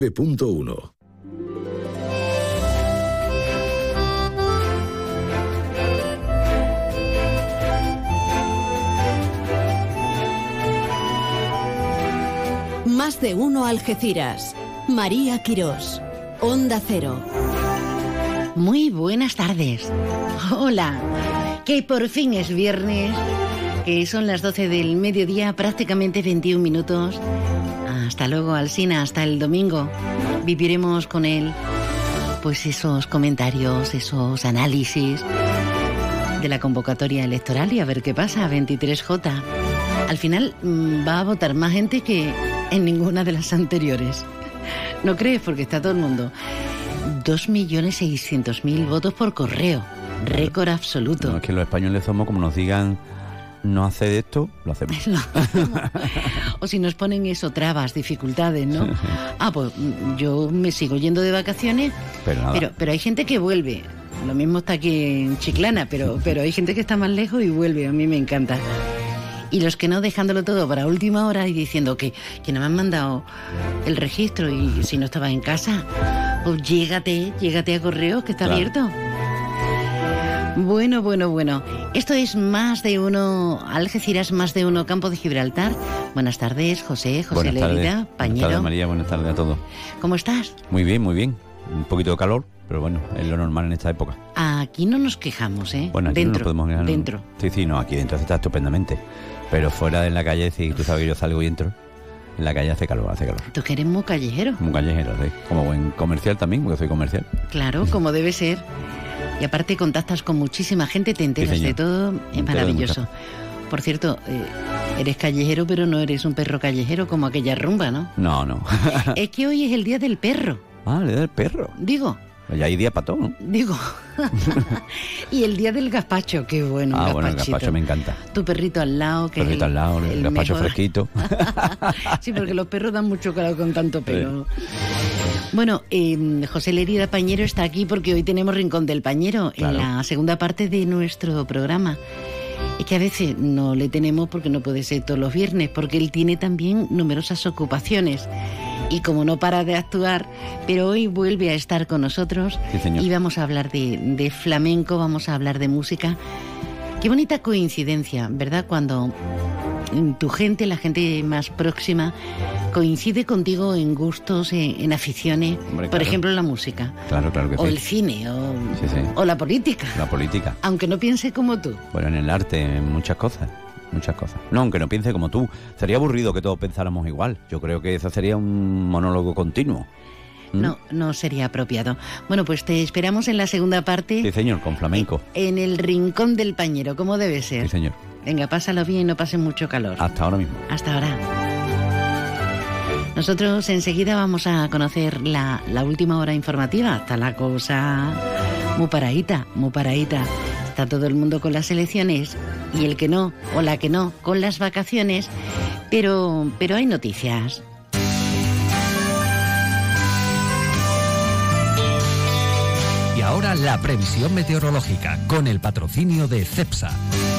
89.1. Más de uno Algeciras. María Quirós. Onda Cero. Muy buenas tardes. Hola. Que por fin es viernes. Que son las 12 del mediodía, prácticamente 21 minutos. Hasta luego, Alsina, hasta el domingo. Viviremos con él, pues esos comentarios, esos análisis de la convocatoria electoral y a ver qué pasa, 23J. Al final va a votar más gente que en ninguna de las anteriores. ¿No crees? Porque está todo el mundo. 2.600.000 votos por correo. Récord absoluto. No, es que los españoles somos, como nos digan, no hace esto, lo hacemos. O si nos ponen eso, trabas, dificultades, ¿no? Pues yo me sigo yendo de vacaciones, pero hay gente que vuelve. Lo mismo está aquí en Chiclana, pero hay gente que está más lejos y vuelve. A mí me encanta. Y los que no, dejándolo todo para última hora y diciendo que no me han mandado el registro y si no estaba en casa, pues llégate a correos, que está abierto. Bueno. Esto es Más de Uno Algeciras, Más de Uno Campo de Gibraltar. Buenas tardes, José Lerida, Pañero. Buenas tardes, María, buenas tardes a todos. ¿Cómo estás? Muy bien. Un poquito de calor, pero bueno, es lo normal en esta época. Aquí no nos quejamos, ¿eh? Bueno, aquí dentro, no nos podemos quejar. Dentro. Sí, no, aquí dentro se está estupendamente. Pero fuera en la calle, si tú sabes que yo salgo y entro, en la calle hace calor. Tú que eres muy callejero. Muy callejero, sí. Como buen comercial también, porque soy comercial. Claro, como debe ser. Y aparte contactas con muchísima gente, te enteras de todo, es maravilloso. Por cierto, eres callejero, pero no eres un perro callejero como aquella rumba, ¿no? No. Es que hoy es el día del perro. Ah, el día del perro. Digo. Ya hay día para todo, ¿no? Digo. Y el día del gazpacho, qué bueno. Bueno, el gazpacho me encanta. Tu perrito al lado, que perrito al lado, el gazpacho mejor. Fresquito. Sí, porque los perros dan mucho calor con tanto pelo. Sí. Bueno, José Lerida Pañero está aquí porque hoy tenemos Rincón del Pañero, claro, en la segunda parte de nuestro programa. Es que a veces no le tenemos porque no puede ser todos los viernes, porque él tiene también numerosas ocupaciones. Y como no para de actuar, pero hoy vuelve a estar con nosotros. Sí, señor. Y vamos a hablar de flamenco, vamos a hablar de música. Qué bonita coincidencia, ¿verdad? Cuando tu gente, la gente más próxima, coincide contigo en gustos, en aficiones. Hombre, por ejemplo, la música. Claro que o sí. El cine, o la política. La política. Aunque no piense como tú. Bueno, en el arte, en muchas cosas. No, aunque no piense como tú. Sería aburrido que todos pensáramos igual. Yo creo que eso sería un monólogo continuo. No sería apropiado. Bueno, pues te esperamos en la segunda parte. Sí, señor, con flamenco. En el Rincón del Pañero, como debe ser. Sí, señor. Venga, pásalo bien y no pases mucho calor. Hasta ahora mismo. Hasta ahora. Nosotros enseguida vamos a conocer la última hora informativa. Está la cosa muy paradita. Está todo el mundo con las elecciones y el que no, o la que no, con las vacaciones. Pero hay noticias. Y ahora la previsión meteorológica, con el patrocinio de Cepsa.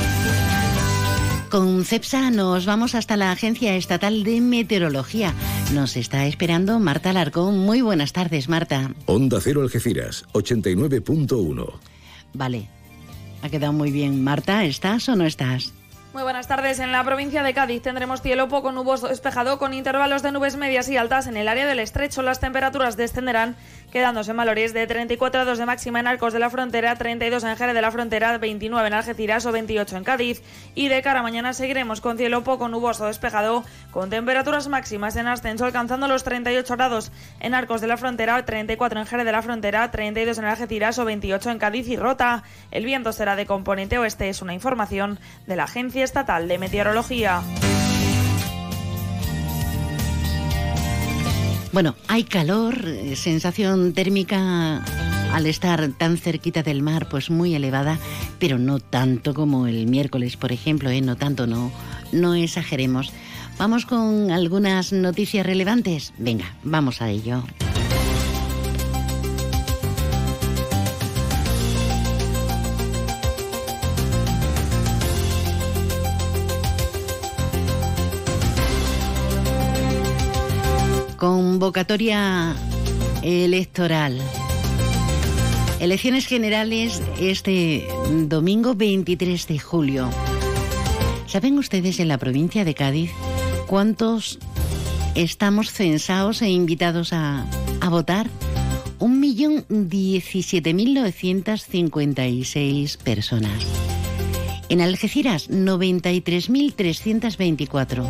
Con Cepsa nos vamos hasta la Agencia Estatal de Meteorología. Nos está esperando Marta Alarcón. Muy buenas tardes, Marta. Onda Cero Algeciras, 89.1. Vale. Ha quedado muy bien. Marta, ¿estás o no estás? Muy buenas tardes. En la provincia de Cádiz tendremos cielo poco nuboso despejado con intervalos de nubes medias y altas. En el área del Estrecho las temperaturas descenderán, quedándose en valores de 34 grados de máxima en Arcos de la Frontera, 32 en Jerez de la Frontera, 29 en Algeciras o 28 en Cádiz. Y de cara a mañana seguiremos con cielo poco nuboso despejado, con temperaturas máximas en ascenso alcanzando los 38 grados en Arcos de la Frontera, 34 en Jerez de la Frontera, 32 en Algeciras o 28 en Cádiz y Rota. El viento será de componente oeste, es una información de la Agencia Estatal de Meteorología. Bueno, hay calor, sensación térmica al estar tan cerquita del mar, pues muy elevada, pero no tanto como el miércoles, por ejemplo, no tanto, no exageremos. Vamos con algunas noticias relevantes. Venga, vamos a ello. Con Convocatoria electoral. Elecciones generales este domingo 23 de julio. ¿Saben ustedes en la provincia de Cádiz cuántos estamos censados e invitados a votar? 1.017.956 personas. En Algeciras, 93.324.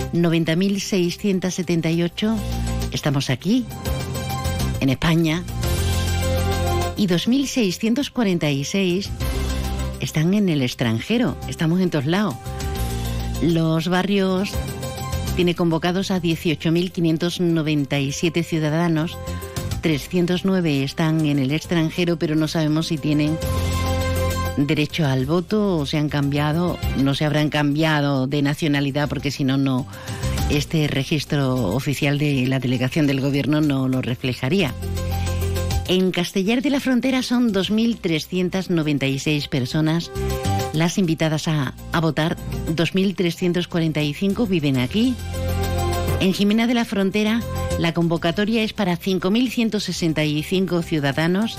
90.678 estamos aquí, en España. Y 2.646 están en el extranjero. Estamos en todos lados. Los barrios tiene convocados a 18.597 ciudadanos. 309 están en el extranjero, pero no sabemos si tienen derecho al voto o se han cambiado, no se habrán cambiado de nacionalidad, porque si no, no, este registro oficial de la delegación del gobierno no lo reflejaría. En Castellar de la Frontera son 2.396 personas las invitadas a votar. 2.345 viven aquí. En Jimena de la Frontera la convocatoria es para 5.165 ciudadanos.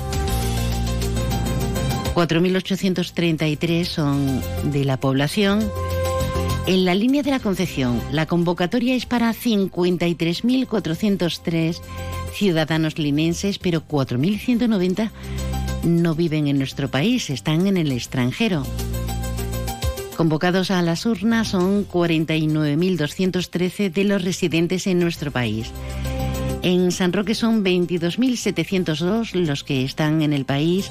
4.833 son de la población. En la Línea de la Concepción, la convocatoria es para 53.403 ciudadanos linenses, pero 4.190 no viven en nuestro país, están en el extranjero. Convocados a las urnas son 49.213 de los residentes en nuestro país. En San Roque son 22.702 los que están en el país,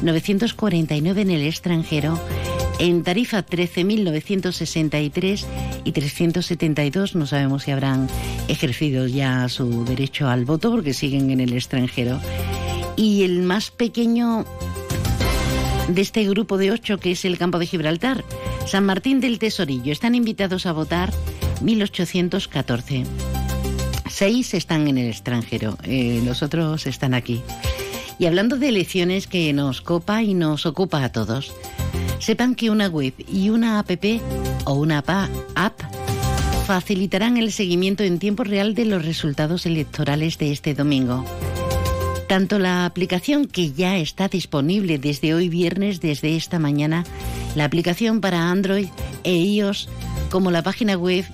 949 en el extranjero. En Tarifa 13.963 y 372 no sabemos si habrán ejercido ya su derecho al voto porque siguen en el extranjero. Y el más pequeño de este grupo de 8, que es el Campo de Gibraltar, San Martín del Tesorillo, están invitados a votar 1.814. 6 están en el extranjero, los otros están aquí. Y hablando de elecciones que nos copa y nos ocupa a todos, sepan que una web y una app o una app facilitarán el seguimiento en tiempo real de los resultados electorales de este domingo. Tanto la aplicación, que ya está disponible desde hoy viernes, desde esta mañana, la aplicación para Android e iOS, como la página web,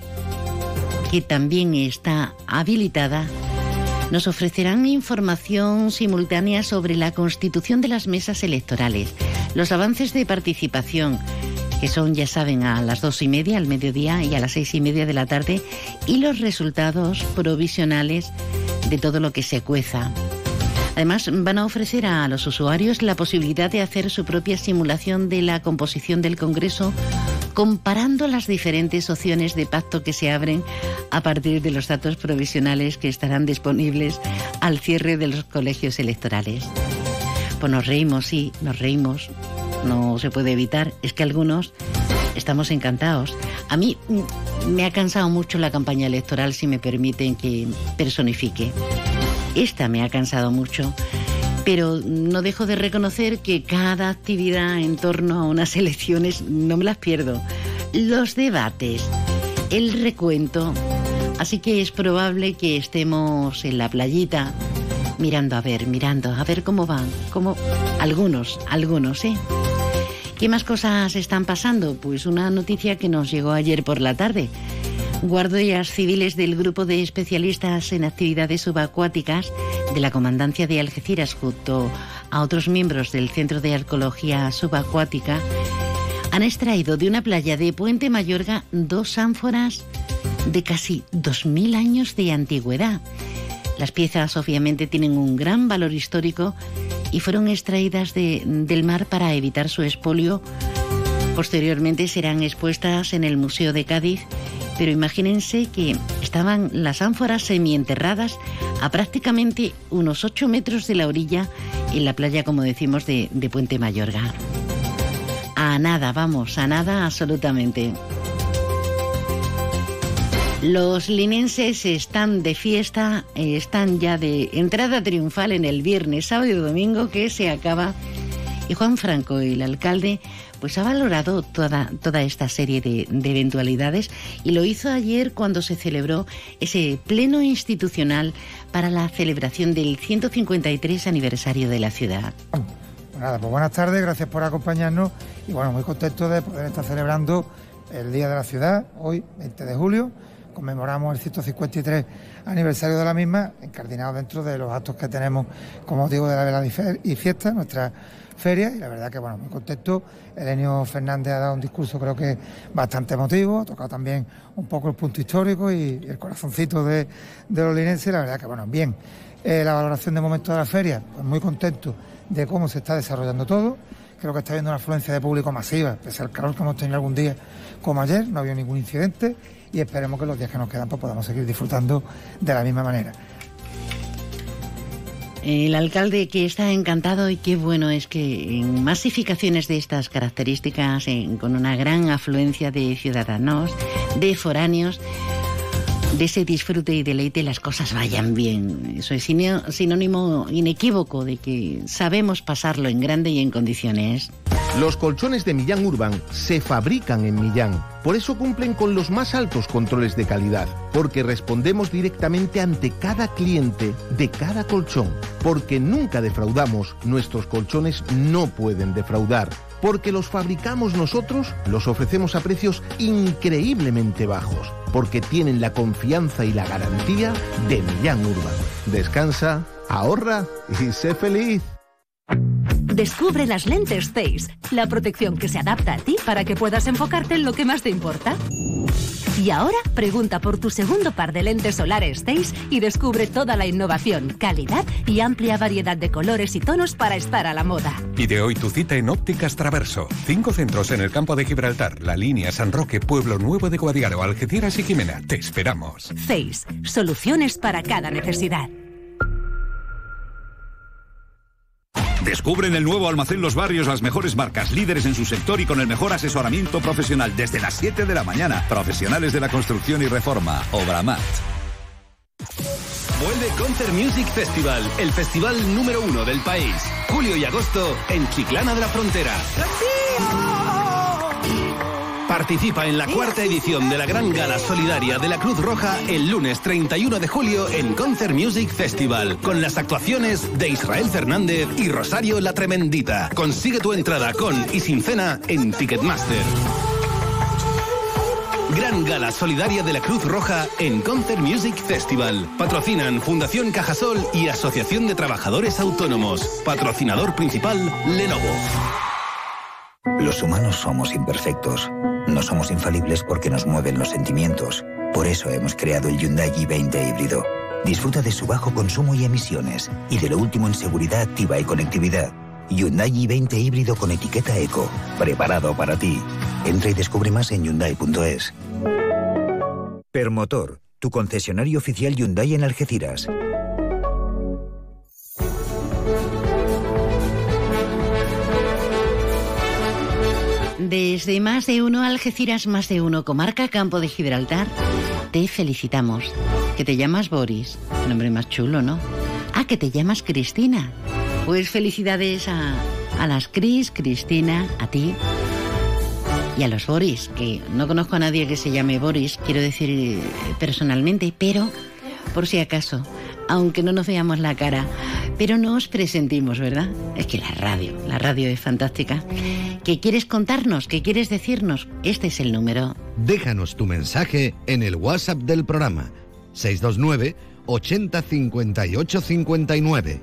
que también está habilitada, nos ofrecerán información simultánea sobre la constitución de las mesas electorales, los avances de participación, que son, ya saben, a las 2:30 al mediodía y a las 6:30 de la tarde, y los resultados provisionales de todo lo que se cueza. Además, van a ofrecer a los usuarios la posibilidad de hacer su propia simulación de la composición del Congreso, comparando las diferentes opciones de pacto que se abren a partir de los datos provisionales que estarán disponibles al cierre de los colegios electorales. Pues nos reímos, sí, nos reímos, no se puede evitar, es que algunos estamos encantados. A mí me ha cansado mucho la campaña electoral, si me permiten que personifique. Esta me ha cansado mucho, pero no dejo de reconocer que cada actividad en torno a unas elecciones no me las pierdo. Los debates, el recuento, así que es probable que estemos en la playita mirando a ver cómo van, como algunos, ¿eh? ¿Qué más cosas están pasando? Pues una noticia que nos llegó ayer por la tarde. Guardias civiles del Grupo de Especialistas en Actividades Subacuáticas de la Comandancia de Algeciras, junto a otros miembros del Centro de Arqueología Subacuática, han extraído de una playa de Puente Mayorga 2 ánforas de casi 2.000 años de antigüedad. Las piezas obviamente tienen un gran valor histórico y fueron extraídas del mar para evitar su expolio. Posteriormente serán expuestas en el Museo de Cádiz, pero imagínense que estaban las ánforas semienterradas a prácticamente unos 8 metros de la orilla, en la playa, como decimos, de Puente Mayorga. A nada, vamos, a nada absolutamente. Los linenses están de fiesta, están ya de entrada triunfal en el viernes, sábado y domingo que se acaba. Y Juan Franco, el alcalde, pues ha valorado toda esta serie de eventualidades y lo hizo ayer cuando se celebró ese pleno institucional para la celebración del 153 aniversario de la ciudad. Nada, pues buenas tardes, gracias por acompañarnos y bueno, muy contento de poder estar celebrando el Día de la Ciudad, hoy 20 de julio, conmemoramos el 153 aniversario de la misma, encardinado dentro de los actos que tenemos, como digo, de la velada y fiesta, nuestra feria, y la verdad que bueno, muy contento. Elenio Fernández ha dado un discurso creo que bastante emotivo, ha tocado también un poco el punto histórico y el corazoncito de los linenses, la verdad que bueno, bien. La valoración de momento de la feria, pues muy contento de cómo se está desarrollando todo. Creo que está habiendo una afluencia de público masiva, pese al calor que hemos tenido algún día como ayer, no ha habido ningún incidente y esperemos que los días que nos quedan pues podamos seguir disfrutando de la misma manera. El alcalde que está encantado y qué bueno es que en masificaciones de estas características, con una gran afluencia de ciudadanos, de foráneos, de ese disfrute y deleite, las cosas vayan bien. Eso es sinónimo inequívoco de que sabemos pasarlo en grande y en condiciones. Los colchones de Millán Urban se fabrican en Millán. Por eso cumplen con los más altos controles de calidad. Porque respondemos directamente ante cada cliente de cada colchón. Porque nunca defraudamos. Nuestros colchones no pueden defraudar. Porque los fabricamos nosotros, los ofrecemos a precios increíblemente bajos. Porque tienen la confianza y la garantía de Millán Urban. Descansa, ahorra y sé feliz. Descubre las lentes Zeiss, la protección que se adapta a ti para que puedas enfocarte en lo que más te importa. Y ahora pregunta por tu segundo par de lentes solares Zeiss y descubre toda la innovación, calidad y amplia variedad de colores y tonos para estar a la moda. Pide hoy tu cita en Ópticas Traverso. 5 centros en el campo de Gibraltar, La Línea, San Roque, Pueblo Nuevo de Guadiaro, Algeciras y Jimena. Te esperamos. Zeiss, soluciones para cada necesidad. Descubre en el nuevo Almacén Los Barrios las mejores marcas, líderes en su sector y con el mejor asesoramiento profesional desde las 7 de la mañana. Profesionales de la construcción y reforma. Obramat. Vuelve Concert Music Festival, el festival número 1 del país. Julio y agosto en Chiclana de la Frontera. Participa en la cuarta edición de la gran gala solidaria de la Cruz Roja el lunes 31 de julio en Concert Music Festival, con las actuaciones de Israel Fernández y Rosario La Tremendita. Consigue tu entrada con y sin cena en Ticketmaster. Gran gala solidaria de la Cruz Roja en Concert Music Festival. Patrocinan Fundación Cajasol y Asociación de Trabajadores Autónomos. Patrocinador principal, Lenovo. Los humanos somos imperfectos. No somos infalibles porque nos mueven los sentimientos. Por eso hemos creado el Hyundai i20 híbrido. Disfruta de su bajo consumo y emisiones y de lo último en seguridad activa y conectividad. Hyundai i20 híbrido con etiqueta Eco. Preparado para ti. Entra y descubre más en Hyundai.es. Permotor, tu concesionario oficial Hyundai en Algeciras. Desde Más de Uno Algeciras, Más de Uno Comarca Campo de Gibraltar, te felicitamos. Que te llamas Boris, nombre más chulo, ¿no? Ah, que te llamas Cristina. Pues felicidades a las Cristina, a ti y a los Boris, que no conozco a nadie que se llame Boris, quiero decir personalmente, pero por si acaso, aunque no nos veamos la cara, pero nos presentimos, ¿verdad? Es que la radio es fantástica. ¿Qué quieres contarnos? ¿Qué quieres decirnos? Este es el número. Déjanos tu mensaje en el WhatsApp del programa 629 80 58 59.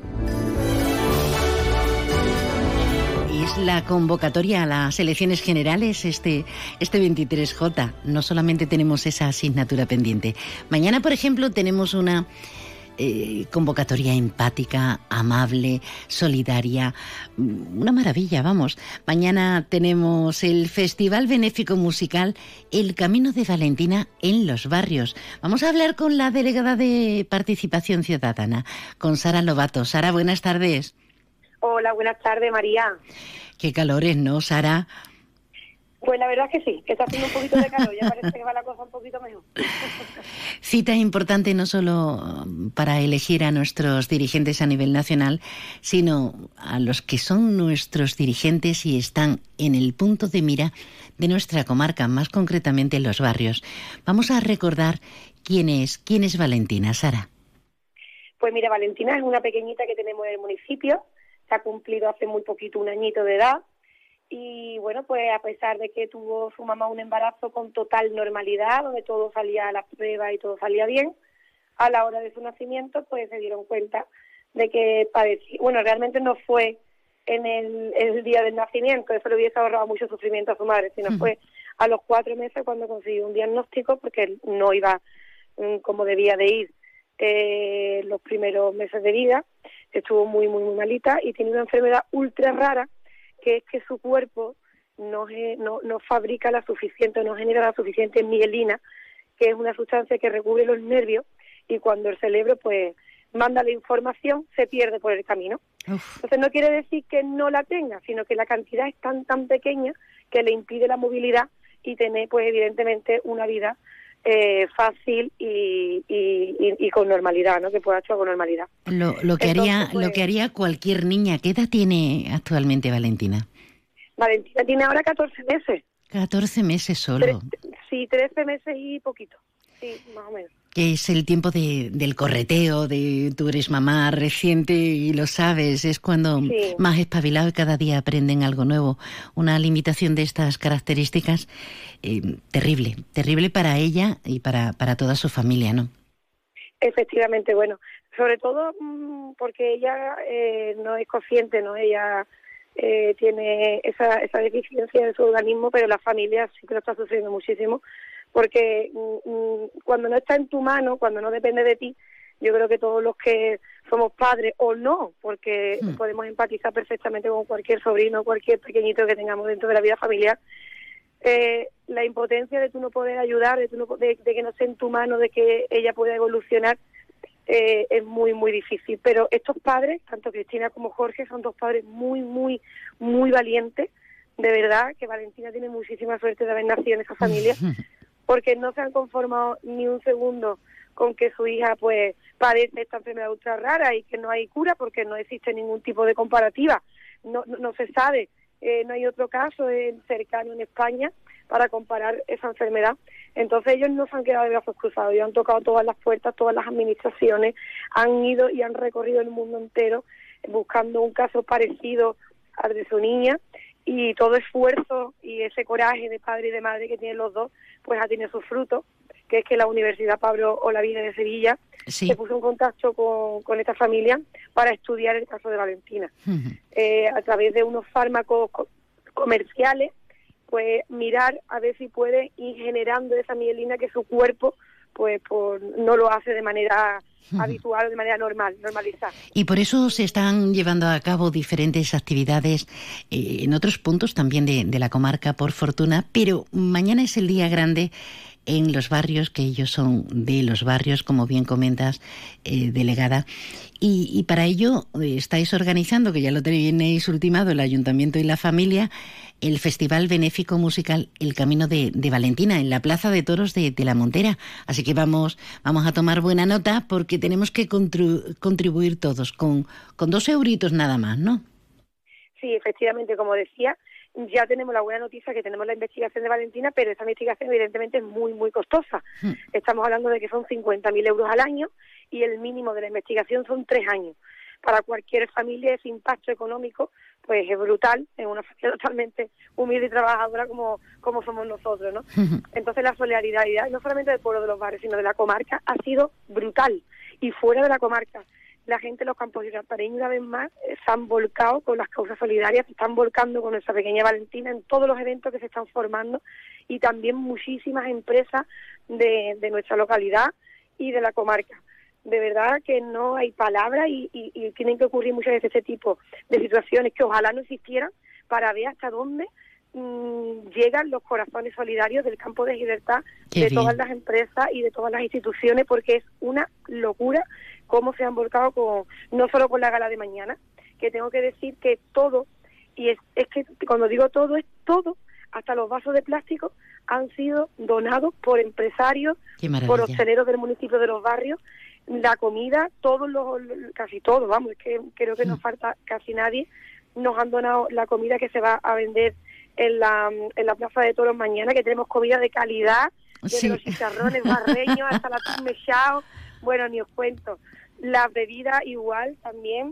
Es la convocatoria a las elecciones generales este 23J. No solamente tenemos esa asignatura pendiente. Mañana, por ejemplo, tenemos una convocatoria empática, amable, solidaria, una maravilla, vamos. Mañana tenemos el Festival Benéfico Musical El Camino de Valentina en los barrios. Vamos a hablar con la delegada de Participación Ciudadana, con Sara Lobato. Sara, buenas tardes. Hola, buenas tardes, María. Qué calores, ¿no, Sara? Pues la verdad es que sí, que está haciendo un poquito de calor, ya parece que va la cosa un poquito mejor. Cita importante no solo para elegir a nuestros dirigentes a nivel nacional, sino a los que son nuestros dirigentes y están en el punto de mira de nuestra comarca, más concretamente en los barrios. Vamos a recordar quién es Valentina, Sara. Pues mira, Valentina es una pequeñita que tenemos en el municipio, se ha cumplido hace muy poquito 1 añito de edad. Y bueno, pues a pesar de que tuvo su mamá un embarazo con total normalidad, donde todo salía a las pruebas y todo salía bien, a la hora de su nacimiento pues se dieron cuenta de que padecía. Bueno, realmente no fue en el día del nacimiento, eso le hubiese ahorrado mucho sufrimiento a su madre, sino fue a los 4 meses cuando consiguió un diagnóstico, porque él no iba como debía de ir los primeros meses de vida, estuvo muy, muy, muy malita y tiene una enfermedad ultra rara, que es que su cuerpo no fabrica la suficiente, no genera la suficiente mielina, que es una sustancia que recubre los nervios, y cuando el cerebro pues manda la información se pierde por el camino. Entonces no quiere decir que no la tenga, sino que la cantidad es tan pequeña que le impide la movilidad y tener pues evidentemente una vida fácil y con normalidad, ¿no? Que pueda actuar con normalidad. Lo que haría cualquier niña. ¿Qué edad tiene actualmente Valentina? Valentina tiene ahora 14 meses. 14 meses solo. 13 meses y poquito. Sí, más o menos. Que es el tiempo del correteo, de tú eres mamá reciente y lo sabes, es cuando más espabilado y cada día aprenden algo nuevo. Una limitación de estas características terrible para ella y para toda su familia, ¿no? Efectivamente, bueno, sobre todo porque ella no es consciente, ¿no? Ella tiene esa deficiencia en su organismo, pero la familia sí que lo está sufriendo muchísimo, porque cuando no está en tu mano, cuando no depende de ti, yo creo que todos los que somos padres o no, porque podemos empatizar perfectamente con cualquier sobrino, cualquier pequeñito que tengamos dentro de la vida familiar, la impotencia de tú no poder ayudar, de que no esté en tu mano, de que ella pueda evolucionar, es muy, muy difícil. Pero estos padres, tanto Cristina como Jorge, son 2 padres muy, muy, muy valientes. De verdad que Valentina tiene muchísima suerte de haber nacido en esa familia, porque no se han conformado ni un segundo con que su hija pues padece esta enfermedad ultra rara y que no hay cura, porque no existe ningún tipo de comparativa, no se sabe, no hay otro caso cercano en España para comparar esa enfermedad. Entonces ellos no se han quedado de brazos cruzados, ellos han tocado todas las puertas, todas las administraciones, han ido y han recorrido el mundo entero buscando un caso parecido al de su niña, y todo esfuerzo y ese coraje de padre y de madre que tienen los dos pues ha tenido sus frutos, que es que la Universidad Pablo Olavide de Sevilla se puso en contacto con esta familia para estudiar el caso de Valentina. A través de unos fármacos comerciales, pues mirar a ver si puede ir generando esa mielina que su cuerpo pues no lo hace de manera habitual o de manera normalizada. Y por eso se están llevando a cabo diferentes actividades en otros puntos también de la comarca, por fortuna, pero mañana es el día grande en los barrios, que ellos son de los barrios, como bien comentas, delegada, y para ello estáis organizando, que ya lo tenéis ultimado el Ayuntamiento y la familia, el Festival Benéfico Musical El Camino de Valentina en la Plaza de Toros de La Montera. Así que vamos a tomar buena nota, porque tenemos que contribuir todos con 2 euritos nada más, ¿no? Sí, efectivamente, como decía, ya tenemos la buena noticia que tenemos la investigación de Valentina, pero esa investigación evidentemente es muy, muy costosa. Estamos hablando de que son 50.000 euros al año y el mínimo de la investigación son 3 años. Para cualquier familia ese impacto económico pues es brutal, en una familia totalmente humilde y trabajadora como somos nosotros, ¿no? Entonces la solidaridad, no solamente del pueblo de los barrios, sino de la comarca, ha sido brutal. Y fuera de la comarca, la gente de los campos de Pareño, una vez más, se han volcado con las causas solidarias, se están volcando con nuestra pequeña Valentina en todos los eventos que se están formando, y también muchísimas empresas de nuestra localidad y de la comarca. De verdad que no hay palabras y tienen que ocurrir muchas veces este tipo de situaciones que ojalá no existieran, para ver hasta dónde llegan los corazones solidarios del campo de Gibraltar, de todas las empresas y de todas las instituciones, porque es una locura cómo se han volcado no solo con la gala de mañana, que tengo que decir que todo, y es que cuando digo todo, es todo, hasta los vasos de plástico han sido donados por empresarios, por hosteleros del municipio de Los Barrios. La comida, casi todo, vamos, es que creo que nos falta casi nadie, nos han donado la comida que se va a vender en la Plaza de Toros mañana, que tenemos comida de calidad, desde los chicharrones barreños hasta la mechao, bueno, ni os cuento. La bebida igual también,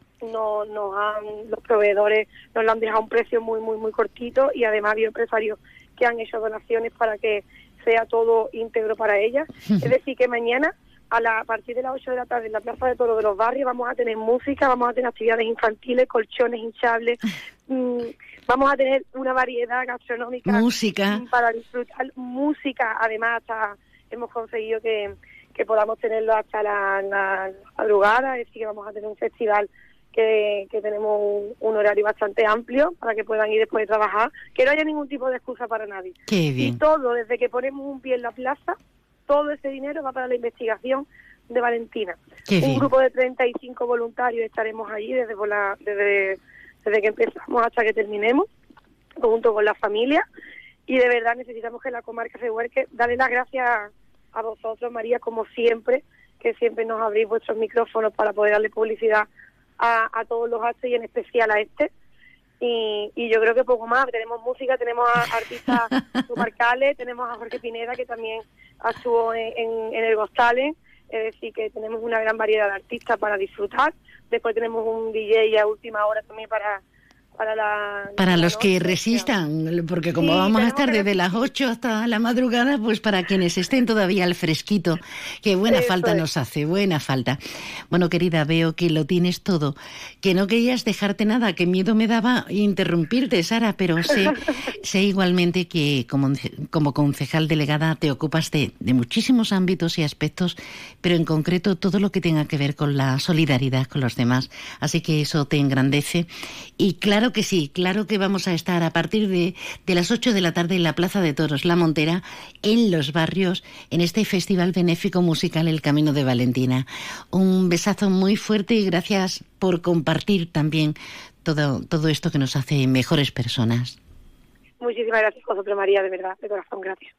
los proveedores nos lo han dejado a un precio muy, muy, muy cortito, y además había empresarios que han hecho donaciones para que sea todo íntegro para ellas. Es decir, que mañana a partir de las 8 de la tarde en la Plaza de Toros de Los Barrios vamos a tener música, vamos a tener actividades infantiles, colchones hinchables, vamos a tener una variedad gastronómica, música para disfrutar, música. Además hasta hemos conseguido que podamos tenerlo hasta la madrugada, es decir, que vamos a tener un festival que tenemos un horario bastante amplio para que puedan ir después de trabajar, que no haya ningún tipo de excusa para nadie. Qué bien. Y todo, desde que ponemos un pie en la plaza, todo ese dinero va para la investigación de Valentina. Un grupo de 35 voluntarios estaremos allí desde que empezamos hasta que terminemos, junto con la familia, y de verdad necesitamos que la comarca se vuelque. Darle las gracias a vosotros, María, como siempre, que siempre nos abrís vuestros micrófonos para poder darle publicidad a todos los actos y en especial a este. Y yo creo que poco más. Tenemos música, tenemos a artistas comarcales, tenemos a Jorge Pineda, que también actuó en el Ghost Talent. Es decir, que tenemos una gran variedad de artistas para disfrutar. Después tenemos un DJ a última hora también para los que resistan, porque como vamos a estar desde las 8 hasta la madrugada, pues para quienes estén todavía al fresquito, que buena falta nos hace, buena falta. Bueno, querida, veo que lo tienes todo, que no querías dejarte nada, que miedo me daba interrumpirte, Sara, pero sé igualmente que como concejal delegada te ocupas de muchísimos ámbitos y aspectos, pero en concreto todo lo que tenga que ver con la solidaridad con los demás, así que eso te engrandece. Y claro que sí, claro que vamos a estar a partir de las 8 de la tarde en la Plaza de Toros La Montera, en Los Barrios, en este festival benéfico musical El Camino de Valentina. Un besazo muy fuerte y gracias por compartir también todo esto que nos hace mejores personas. Muchísimas gracias a vosotros, María, de verdad, de corazón, gracias.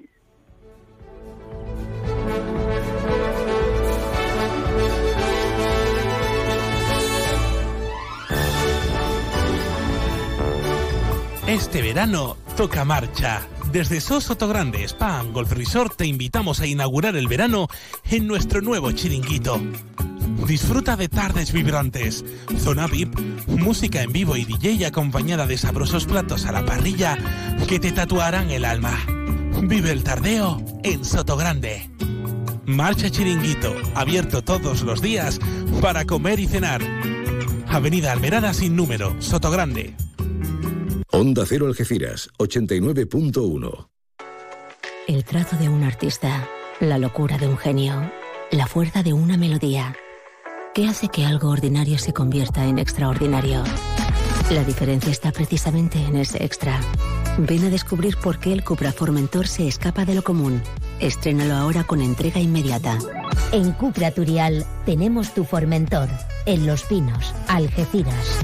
Este verano toca marcha. Desde SO Sotogrande Spa & Golf Resort te invitamos a inaugurar el verano en nuestro nuevo chiringuito. Disfruta de tardes vibrantes, zona VIP, música en vivo y DJ acompañada de sabrosos platos a la parrilla que te tatuarán el alma. Vive el tardeo en Sotogrande. Marcha Chiringuito, abierto todos los días para comer y cenar. Avenida Almerada sin número, Sotogrande. Onda Cero Algeciras, 89.1. El trazo de un artista, la locura de un genio, la fuerza de una melodía. ¿Qué hace que algo ordinario se convierta en extraordinario? La diferencia está precisamente en ese extra. Ven a descubrir por qué el Cupra Formentor se escapa de lo común. Estrénalo ahora con entrega inmediata. En Cupra Turial tenemos tu Formentor, en Los Pinos, Algeciras.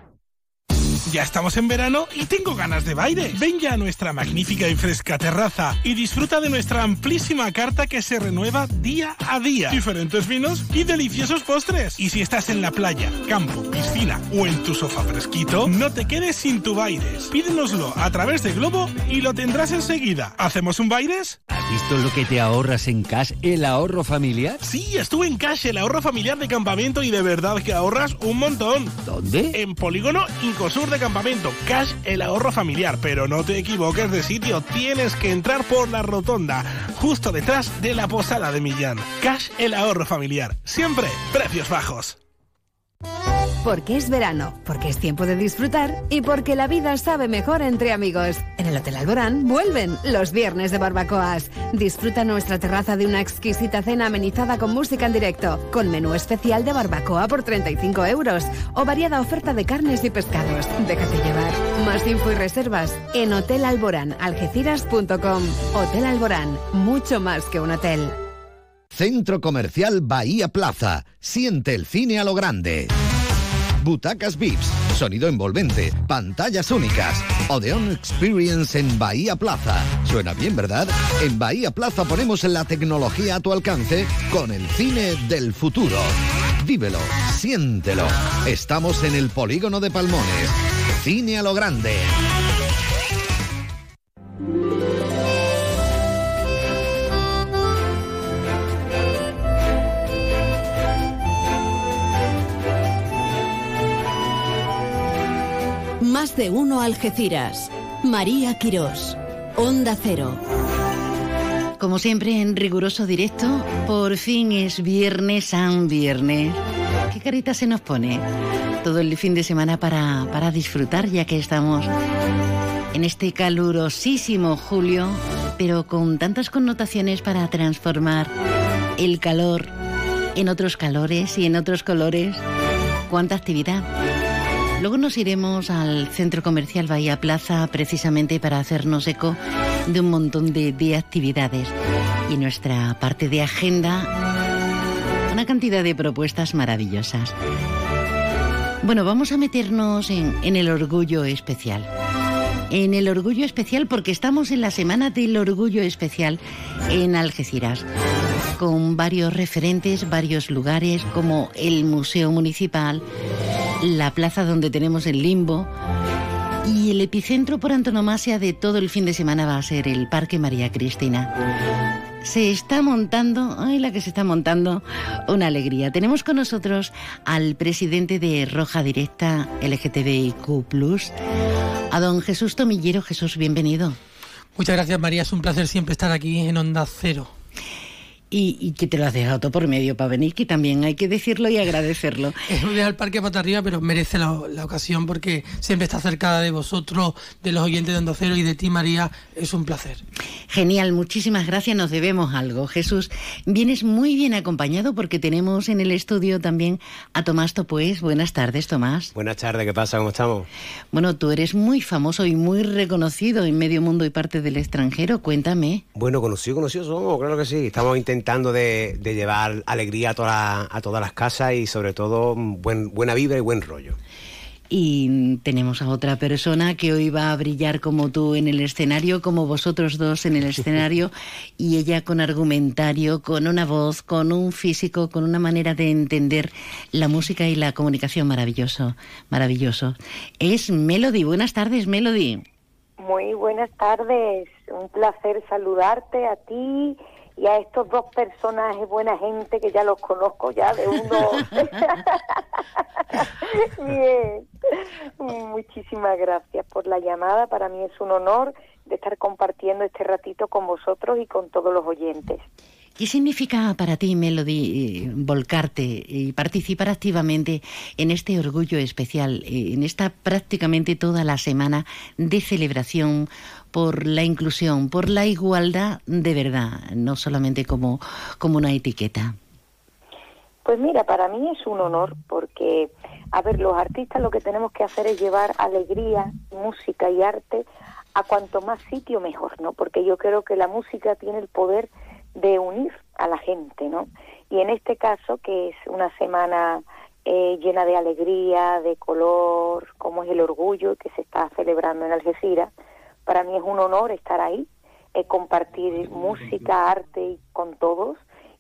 Ya estamos en verano y tengo ganas de baile. Ven ya a nuestra magnífica y fresca terraza y disfruta de nuestra amplísima carta que se renueva día a día. Diferentes vinos y deliciosos postres. Y si estás en la playa, campo, piscina o en tu sofá fresquito, no te quedes sin tu Baires. Pídenoslo a través de Globo y lo tendrás enseguida. ¿Hacemos un Baires? ¿Has visto lo que te ahorras en Cash, el ahorro familiar? Sí, estuve en Cash, el ahorro familiar de campamento, y de verdad que ahorras un montón. ¿Dónde? En Polígono Incosur de Campamento. Cash, el ahorro familiar. Pero no te equivoques de sitio, tienes que entrar por la rotonda, justo detrás de la posada de Millán. Cash, el ahorro familiar. Siempre precios bajos. Porque es verano, porque es tiempo de disfrutar y porque la vida sabe mejor entre amigos. En el Hotel Alborán vuelven los viernes de barbacoas. Disfruta nuestra terraza de una exquisita cena amenizada con música en directo, con menú especial de barbacoa por 35 € o variada oferta de carnes y pescados. Déjate llevar. Más info y reservas en hotelalboranalgeciras.com. Hotel Alborán, mucho más que un hotel. Centro Comercial Bahía Plaza. Siente el cine a lo grande. Butacas VIPs, sonido envolvente, pantallas únicas. Odeon Experience en Bahía Plaza. Suena bien, ¿verdad? En Bahía Plaza ponemos la tecnología a tu alcance con el cine del futuro. Vívelo, siéntelo. Estamos en el Polígono de Palmones. Cine a lo grande. Más de uno Algeciras. María Quirós. Onda Cero. Como siempre, en riguroso directo, por fin es viernes, San Viernes. ¿Qué carita se nos pone? Todo el fin de semana para disfrutar, ya que estamos en este calurosísimo julio, pero con tantas connotaciones para transformar el calor en otros calores y en otros colores. ¡Cuánta actividad! Luego nos iremos al Centro Comercial Bahía Plaza precisamente para hacernos eco de un montón de actividades. Y nuestra parte de agenda, una cantidad de propuestas maravillosas. Bueno, vamos a meternos en el orgullo especial. En el orgullo especial porque estamos en la Semana del Orgullo Especial en Algeciras, con varios referentes, varios lugares como el Museo Municipal, la plaza donde tenemos el Limbo, y el epicentro por antonomasia de todo el fin de semana va a ser el Parque María Cristina. Se está montando, ¡ay, la que se está montando! Una alegría. Tenemos con nosotros al presidente de Roja Directa LGTBIQ+, a don Jesús Tomillero. Jesús, bienvenido. Muchas gracias, María. Es un placer siempre estar aquí en Onda Cero. Y que te lo has dejado todo por medio para venir, que también hay que decirlo y agradecerlo. Voy al parque pata arriba, pero merece la ocasión porque siempre está cerca de vosotros, de los oyentes de Onda Cero y de ti, María. Es un placer. Genial, muchísimas gracias, nos debemos algo. Jesús, vienes muy bien acompañado porque tenemos en el estudio también a Tomás Topués. Buenas tardes, Tomás. Buenas tardes, ¿qué pasa? ¿Cómo estamos? Bueno, tú eres muy famoso y muy reconocido en medio mundo y parte del extranjero, cuéntame. Bueno, conocido somos, claro que sí. Estamos intentando de llevar alegría a todas las casas y sobre todo buena vibra y buen rollo. Y tenemos a otra persona que hoy va a brillar como tú en el escenario, como vosotros dos en el escenario, y ella con argumentario, con una voz, con un físico, con una manera de entender la música y la comunicación maravilloso. Es Melody. Buenas tardes, Melody. Muy buenas tardes. Un placer saludarte a ti y a estos dos personajes, buena gente, que ya los conozco ya de uno. Bien. Muchísimas gracias por la llamada. Para mí es un honor de estar compartiendo este ratito con vosotros y con todos los oyentes. ¿Qué significa para ti, Melody, volcarte y participar activamente en este orgullo especial, en esta prácticamente toda la semana de celebración por la inclusión, por la igualdad de verdad, no solamente como una etiqueta? Pues mira, para mí es un honor porque, a ver, los artistas lo que tenemos que hacer es llevar alegría, música y arte a cuanto más sitio mejor, ¿no? Porque yo creo que la música tiene el poder de unir a la gente, ¿no? Y en este caso, que es una semana llena de alegría, de color, como es el orgullo que se está celebrando en Algeciras, para mí es un honor estar ahí, compartir música, arte con todos.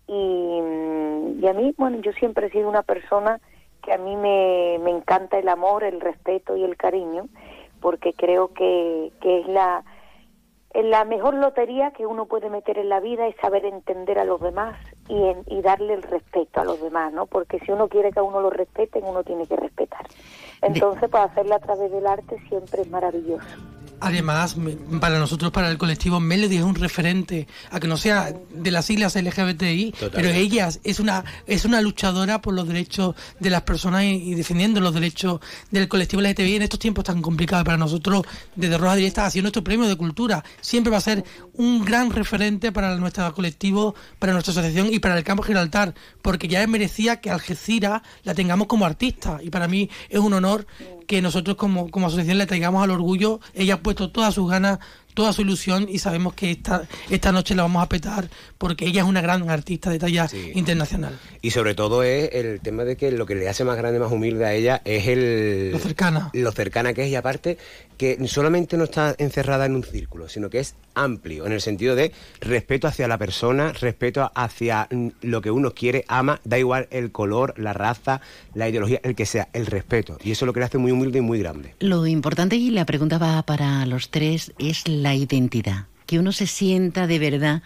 Y a mí, bueno, yo siempre he sido una persona que a mí me encanta el amor, el respeto y el cariño, porque creo que es la mejor lotería que uno puede meter en la vida, es saber entender a los demás y darle el respeto a los demás, ¿no? Porque si uno quiere que a uno lo respeten, uno tiene que respetar. Entonces, para hacerlo a través del arte siempre es maravilloso. Además, para nosotros, para el colectivo, Melody es un referente, a que no sea de las siglas LGBTI, pero ella es una luchadora por los derechos de las personas y defendiendo los derechos del colectivo LGBTI en estos tiempos tan complicados. Para nosotros, desde Roja Directa, ha sido nuestro premio de cultura. Siempre va a ser un gran referente para nuestro colectivo, para nuestra asociación y para el Campo Gibraltar, porque ya merecía que Algeciras la tengamos como artista, y para mí es un honor que nosotros como asociación le traigamos al orgullo. Ella ha puesto todas sus ganas, toda su ilusión y sabemos que esta noche la vamos a petar porque ella es una gran artista de talla internacional. Y sobre todo es el tema de que lo que le hace más grande, más humilde a ella es lo cercana que es, y aparte que solamente no está encerrada en un círculo, sino que es amplio, en el sentido de respeto hacia la persona, respeto hacia lo que uno quiere, ama, da igual el color, la raza, la ideología, el que sea, el respeto. Y eso es lo que le hace muy humilde y muy grande. Lo importante, y la pregunta va para los tres, es la identidad. Que uno se sienta de verdad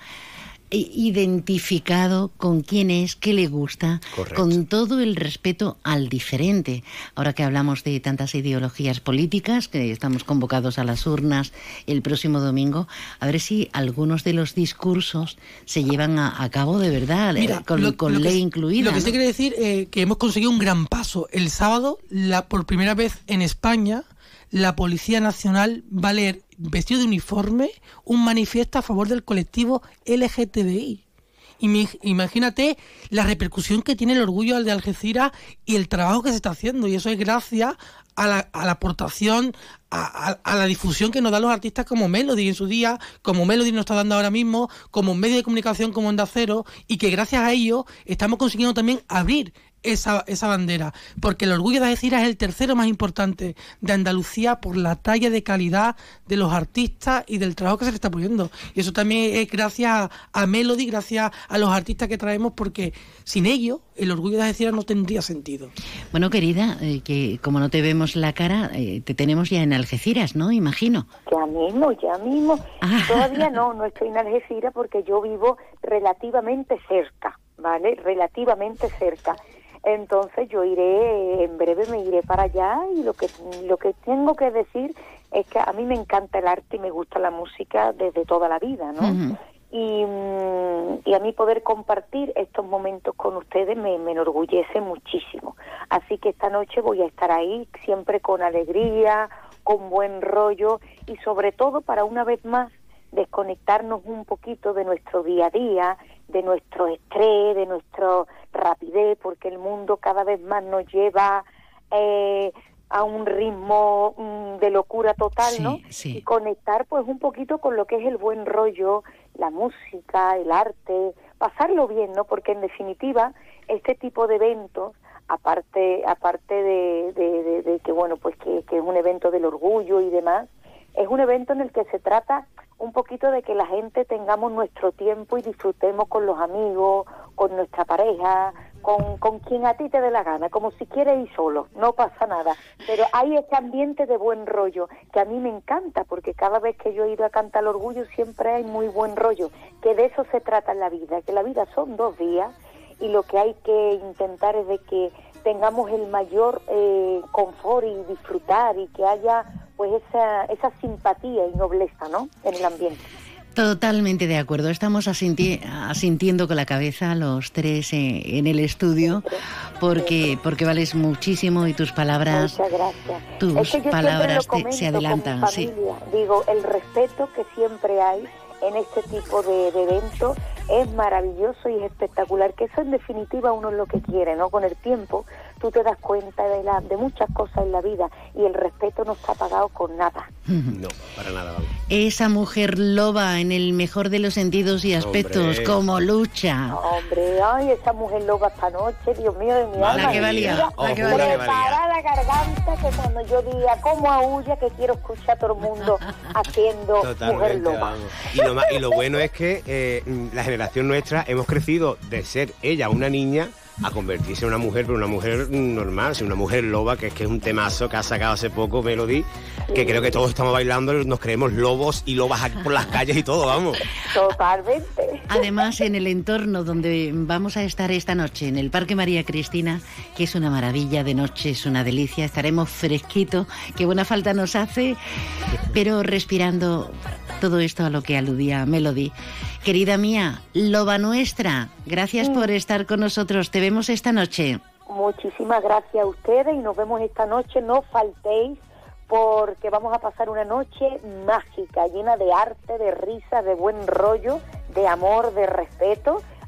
identificado con quién es, qué le gusta, correcto, con todo el respeto al diferente. Ahora que hablamos de tantas ideologías políticas, que estamos convocados a las urnas el próximo domingo, a ver si algunos de los discursos se llevan a cabo de verdad. Mira, con ley incluida. Lo que sí quiere decir que hemos conseguido un gran paso. El sábado, por primera vez en España, la Policía Nacional va a leer, vestido de uniforme, un manifiesto a favor del colectivo LGTBI. Imagínate la repercusión que tiene el orgullo de Algeciras y el trabajo que se está haciendo. Y eso es gracias a la aportación, a la difusión que nos dan los artistas como Melody en su día, como Melody nos está dando ahora mismo, como medio de comunicación como Onda Cero, y que gracias a ello estamos consiguiendo también abrir esa bandera, porque el orgullo de Algeciras es el tercero más importante de Andalucía por la talla de calidad de los artistas y del trabajo que se le está poniendo. Y eso también es gracias a Melody, gracias a los artistas que traemos, porque sin ello el orgullo de Algeciras no tendría sentido. Bueno, querida, que como no te vemos la cara, te tenemos ya en Algeciras, ¿no? Imagino. Ya mismo. Todavía no estoy en Algeciras porque yo vivo relativamente cerca, ¿vale? Relativamente cerca. Entonces yo en breve me iré para allá, y lo que tengo que decir es que a mí me encanta el arte y me gusta la música desde toda la vida, ¿no? Uh-huh. Y a mí poder compartir estos momentos con ustedes me enorgullece muchísimo. Así que esta noche voy a estar ahí, siempre con alegría, con buen rollo, y sobre todo para una vez más desconectarnos un poquito de nuestro día a día, de nuestro estrés, de nuestra rapidez, porque el mundo cada vez más nos lleva a un ritmo de locura total, ¿no? Sí. Y conectar pues un poquito con lo que es el buen rollo, la música, el arte, pasarlo bien, ¿no? Porque en definitiva este tipo de eventos, aparte de que bueno, pues que es un evento del orgullo y demás, es un evento en el que se trata un poquito de que la gente tengamos nuestro tiempo y disfrutemos con los amigos, con nuestra pareja, con quien a ti te dé la gana, como si quieres ir solo, no pasa nada. Pero hay ese ambiente de buen rollo que a mí me encanta, porque cada vez que yo he ido a cantar el orgullo siempre hay muy buen rollo, que de eso se trata en la vida, que la vida son 2 días y lo que hay que intentar es de que tengamos el mayor confort y disfrutar, y que haya pues esa simpatía y nobleza, ¿no?, en el ambiente. Totalmente de acuerdo. Estamos asintiendo con la cabeza los tres en el estudio, porque vales muchísimo, y tus palabras, muchas gracias. Tus palabras se adelantan. Con mi familia, sí. Digo, el respeto que siempre hay en este tipo de eventos es maravilloso y es espectacular, que eso en definitiva uno es lo que quiere, ¿no? Con el tiempo tú te das cuenta de muchas cosas en la vida, y el respeto no está pagado con nada. No, para nada. Vamos. Esa mujer loba en el mejor de los sentidos y aspectos, hombre, como lucha. Hombre, ay, esa mujer loba esta noche, Dios mío de mi alma. La que valía. Prepara la garganta, que cuando yo diga cómo aúlla, que quiero escuchar a todo el mundo haciendo mujer loba. Y lo bueno es que la generación nuestra hemos crecido de ser ella una niña a convertirse en una mujer, pero una mujer normal, una mujer loba, que es un temazo que ha sacado hace poco Melody, que creo que todos estamos bailando, nos creemos lobos y lobas por las calles y todo, vamos. Totalmente. Además, en el entorno donde vamos a estar esta noche, en el Parque María Cristina, que es una maravilla de noche, es una delicia, estaremos fresquitos, que buena falta nos hace, pero respirando todo esto a lo que aludía Melody. Querida mía, loba nuestra, gracias por estar con nosotros. Te vemos esta noche. Muchísimas gracias a ustedes y nos vemos esta noche. No faltéis, porque vamos a pasar una noche mágica, llena de arte, de risa, de buen rollo, de amor, de respeto.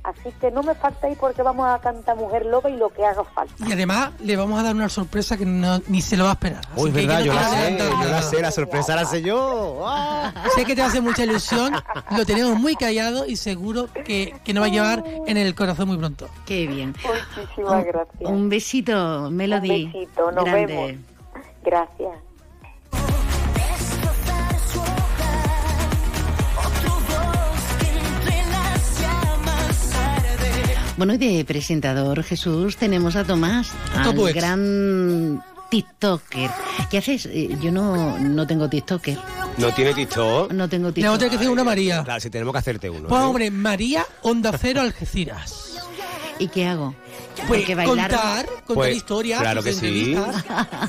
Así que no me faltéis porque vamos a cantar Mujer Loba y lo que haga falta. Y además le vamos a dar una sorpresa que ni se lo va a esperar. Uy, verdad, yo la sé, la sorpresa la sé yo. Sé que te hace mucha ilusión, lo tenemos muy callado y seguro que nos va a llevar en el corazón muy pronto. Qué bien. Muchísimas gracias. Un besito, Melody. Un besito, nos grande. vemos. Gracias. Bueno, y de presentador, Jesús, tenemos a Tomás, al Topo Ex. gran TikToker. ¿Qué haces? Yo no tengo TikToker. ¿No tiene TikTok? No tengo Le vamos a TikTok. tener que hacer una María. Claro, si tenemos que hacerte uno. Pues hombre, María Onda Cero Algeciras. ¿Y qué hago? Pues Porque bailar... contar Pues, historias, claro que sí. entrevistas.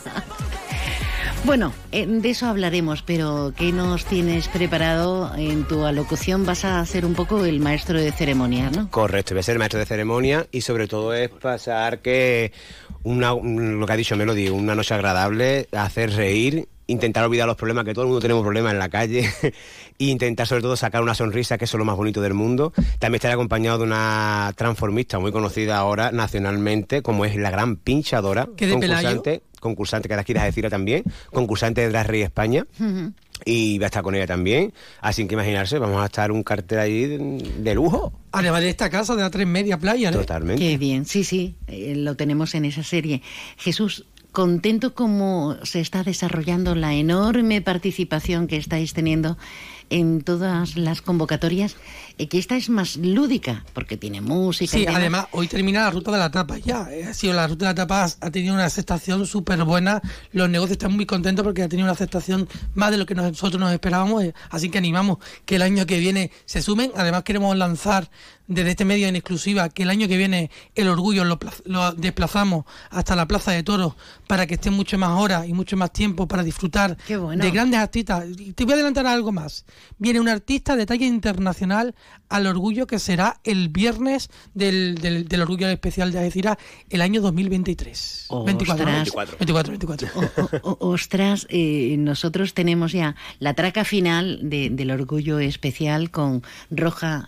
Bueno, de eso hablaremos, pero ¿qué nos tienes preparado en tu alocución? Vas a ser un poco el maestro de ceremonias, ¿no? Correcto, voy a ser maestro de ceremonia y sobre todo es pasar que lo que ha dicho Melody, una noche agradable, hacer reír, intentar olvidar los problemas, que todo el mundo tenemos problemas en la calle, e intentar sobre todo sacar una sonrisa, que eso es lo más bonito del mundo. También estaré acompañado de una transformista muy conocida ahora nacionalmente, como es la gran Pinchadora, ¿Qué de Pelayo? Concursante que era aquí de Algeciras también, concursante de Drag Race España. Y voy a estar con ella también, así que imaginarse, vamos a estar un cartel ahí de lujo. Además de esta casa de la 3 Media Playa, ¿no? Totalmente. Qué bien, sí, lo tenemos en esa serie. Jesús, contento cómo se está desarrollando la enorme participación que estáis teniendo en todas las convocatorias, que esta es más lúdica, porque tiene música. Sí, y demás. además, hoy termina la Ruta de la Tapa ya. Ha sido la Ruta de la Tapa, ha tenido una aceptación súper buena. Los negocios están muy contentos porque ha tenido una aceptación más de lo que nosotros nos esperábamos. Así que animamos que el año que viene se sumen. Además, queremos lanzar desde este medio en exclusiva que el año que viene el Orgullo lo desplazamos hasta la Plaza de Toros para que estén mucho más horas y mucho más tiempo para disfrutar de grandes artistas. Y te voy a adelantar algo más. Viene un artista de talla internacional al Orgullo, que será el viernes del Orgullo Especial de Algeciras el año 2023. Ostras. 24. Ostras, nosotros tenemos ya la traca final del Orgullo Especial con Roja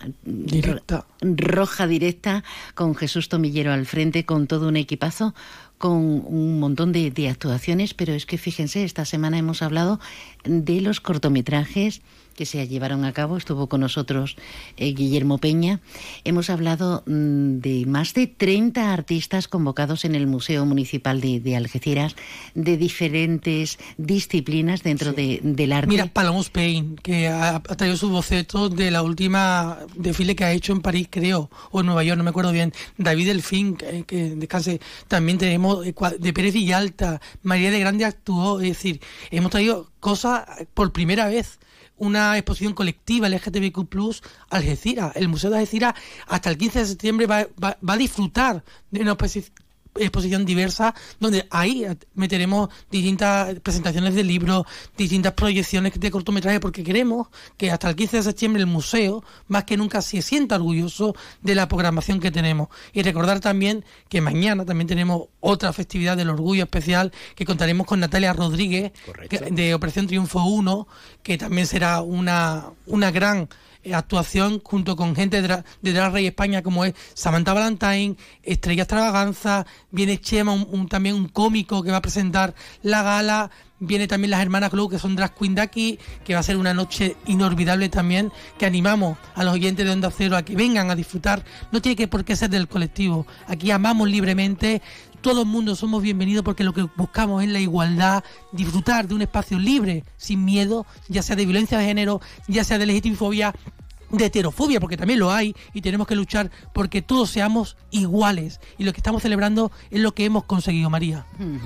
Directa, con Jesús Tomillero al frente, con todo un equipazo, con un montón de actuaciones, pero es que fíjense, esta semana hemos hablado de los cortometrajes que se llevaron a cabo. Estuvo con nosotros Guillermo Peña. Hemos hablado de más de 30 artistas convocados en el Museo Municipal de Algeciras, de diferentes disciplinas dentro del arte. Mira, Paloma Spain, que ha traído su boceto de la última desfile que ha hecho en París, creo, o en Nueva York, no me acuerdo bien. David Delfín, que descanse. También tenemos de Pérez Villalta, María de Grande actuó. Es decir, hemos traído cosas por primera vez. Una exposición colectiva LGTBQ+, Algeciras. El Museo de Algeciras hasta el 15 de septiembre va a disfrutar de una exposición diversa, donde ahí meteremos distintas presentaciones de libros, distintas proyecciones de cortometrajes, porque queremos que hasta el 15 de septiembre el museo, más que nunca, se sienta orgulloso de la programación que tenemos. Y recordar también que mañana también tenemos otra festividad del Orgullo Especial, que contaremos con Natalia Rodríguez, de Operación Triunfo 1, que también será una gran actuación junto con gente de Drag Race España, como es Samantha Valentine, Estrella Extravaganza, viene Chema, también un cómico que va a presentar la gala, viene también las hermanas Glow, que son drag queen de aquí, que va a ser una noche inolvidable también, que animamos a los oyentes de Onda Cero a que vengan a disfrutar. No tiene que por qué ser del colectivo, aquí amamos libremente, todo el mundo somos bienvenidos, porque lo que buscamos es la igualdad, disfrutar de un espacio libre, sin miedo, ya sea de violencia de género, ya sea de legitimofobia, de heterofobia, porque también lo hay, y tenemos que luchar porque todos seamos iguales, y lo que estamos celebrando es lo que hemos conseguido, María.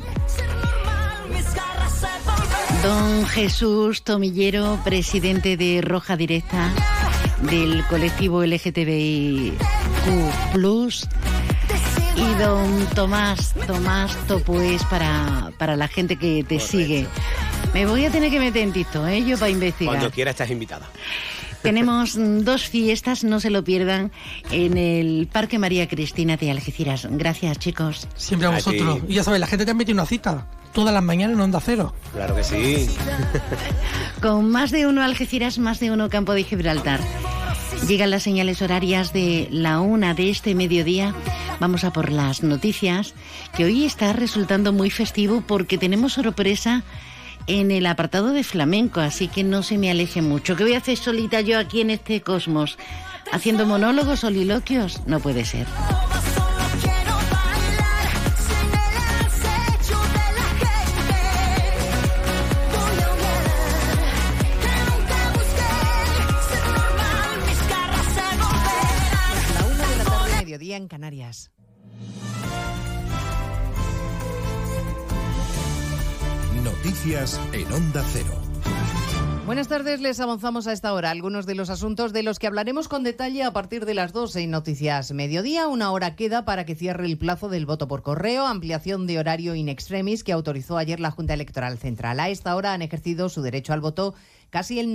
Don Jesús Tomillero, presidente de Roja Directa, del colectivo LGTBIQ+, y don Tomás Topués para la gente que te sigue. Me voy a tener que meter en TikTok, yo para investigar. Cuando quiera estás invitada. Tenemos 2 fiestas, no se lo pierdan, en el Parque María Cristina de Algeciras. Gracias, chicos. Siempre a vosotros. Y ya sabes, la gente también tiene una cita todas las mañanas en Onda Cero. Claro que sí. Con más de uno Algeciras, más de uno Campo de Gibraltar. Llegan las señales horarias de la 1 de este mediodía. Vamos a por las noticias, que hoy está resultando muy festivo porque tenemos sorpresa en el apartado de flamenco, así que no se me aleje mucho. ¿Qué voy a hacer solita yo aquí en este cosmos? ¿Haciendo monólogos, soliloquios? No puede ser. Mediodía en Canarias. Noticias en Onda Cero. Buenas tardes, les avanzamos a esta hora algunos de los asuntos de los que hablaremos con detalle a partir de las 12 en Noticias Mediodía. Una hora queda para que cierre el plazo del voto por correo, ampliación de horario in extremis que autorizó ayer la Junta Electoral Central. A esta hora han ejercido su derecho al voto casi el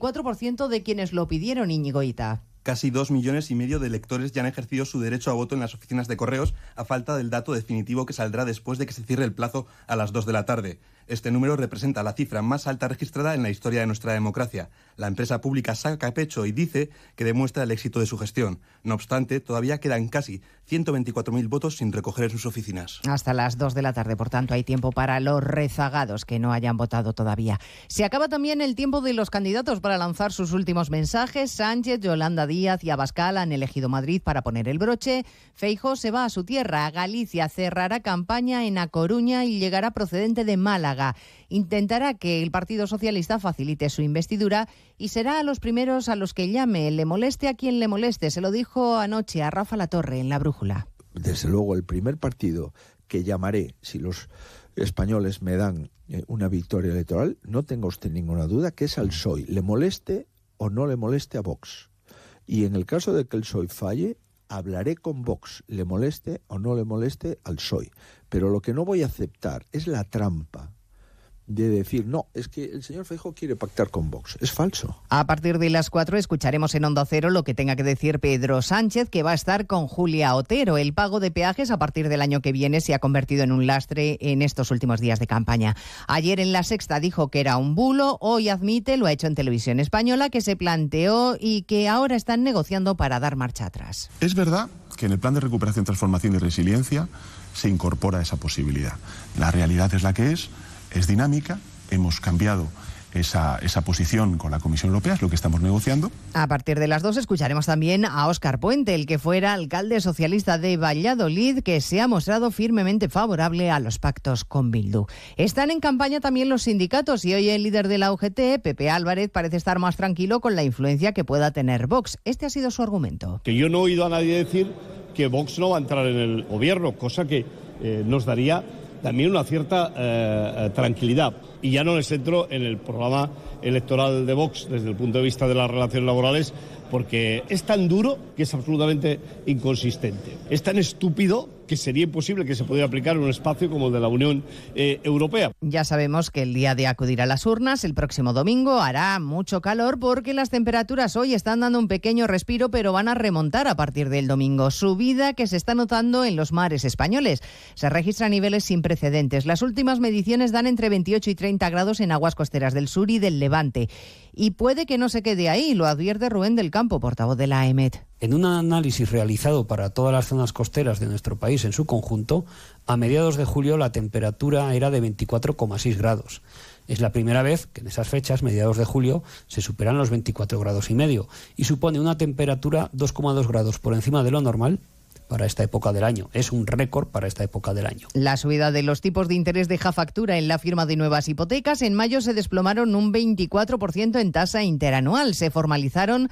94% de quienes lo pidieron, Íñigo Ita. Casi 2,5 millones de electores ya han ejercido su derecho a voto en las oficinas de correos a falta del dato definitivo que saldrá después de que se cierre el plazo a las 2 de la tarde. Este número representa la cifra más alta registrada en la historia de nuestra democracia. La empresa pública saca pecho y dice que demuestra el éxito de su gestión. No obstante, todavía quedan casi 124.000 votos sin recoger en sus oficinas. Hasta las 2 de la tarde, por tanto, hay tiempo para los rezagados que no hayan votado todavía. Se acaba también el tiempo de los candidatos para lanzar sus últimos mensajes. Sánchez, Yolanda Díaz y Abascal han elegido Madrid para poner el broche. Feijóo se va a su tierra, a Galicia, cerrará campaña en A Coruña y llegará procedente de Málaga. Intentará que el Partido Socialista facilite su investidura y será a los primeros a los que llame, le moleste a quien le moleste. Se lo dijo anoche a Rafa Latorre en La Brújula. Desde luego, el primer partido que llamaré, si los españoles me dan una victoria electoral, no tenga usted ninguna duda, que es al PSOE, le moleste o no le moleste a Vox. Y en el caso de que el PSOE falle, hablaré con Vox, le moleste o no le moleste al PSOE. Pero lo que no voy a aceptar es la trampa de decir, no, es que el señor Feijóo quiere pactar con Vox. Es falso. A partir de las 4 escucharemos en Onda Cero lo que tenga que decir Pedro Sánchez, que va a estar con Julia Otero. El pago de peajes a partir del año que viene se ha convertido en un lastre en estos últimos días de campaña. Ayer en La Sexta dijo que era un bulo, hoy admite, lo ha hecho en Televisión Española, que se planteó y que ahora están negociando para dar marcha atrás. Es verdad que en el Plan de Recuperación, Transformación y Resiliencia se incorpora esa posibilidad. La realidad es la que es dinámica, hemos cambiado esa posición con la Comisión Europea, es lo que estamos negociando. A partir de las 2 escucharemos también a Óscar Puente, el que fuera alcalde socialista de Valladolid, que se ha mostrado firmemente favorable a los pactos con Bildu. Están en campaña también los sindicatos y hoy el líder de la UGT, Pepe Álvarez, parece estar más tranquilo con la influencia que pueda tener Vox. Este ha sido su argumento. Que yo no he oído a nadie decir que Vox no va a entrar en el gobierno, cosa que nos daría también una cierta tranquilidad. Y ya no me centro en el programa electoral de Vox desde el punto de vista de las relaciones laborales, porque es tan duro que es absolutamente inconsistente. Es tan estúpido que sería imposible que se pudiera aplicar en un espacio como el de la Unión Europea. Ya sabemos que el día de acudir a las urnas, el próximo domingo, hará mucho calor porque las temperaturas hoy están dando un pequeño respiro, pero van a remontar a partir del domingo. Subida que se está notando en los mares españoles. Se registran niveles sin precedentes. Las últimas mediciones dan entre 28 y 30 grados en aguas costeras del sur y del Levante. Y puede que no se quede ahí, lo advierte Rubén del Campo, portavoz de la AEMET. En un análisis realizado para todas las zonas costeras de nuestro país en su conjunto, a mediados de julio la temperatura era de 24,6 grados. Es la primera vez que en esas fechas, mediados de julio, se superan los 24,5 grados y supone una temperatura 2,2 grados por encima de lo normal para esta época del año. Es un récord para esta época del año. La subida de los tipos de interés deja factura en la firma de nuevas hipotecas. En mayo se desplomaron un 24% en tasa interanual. Se formalizaron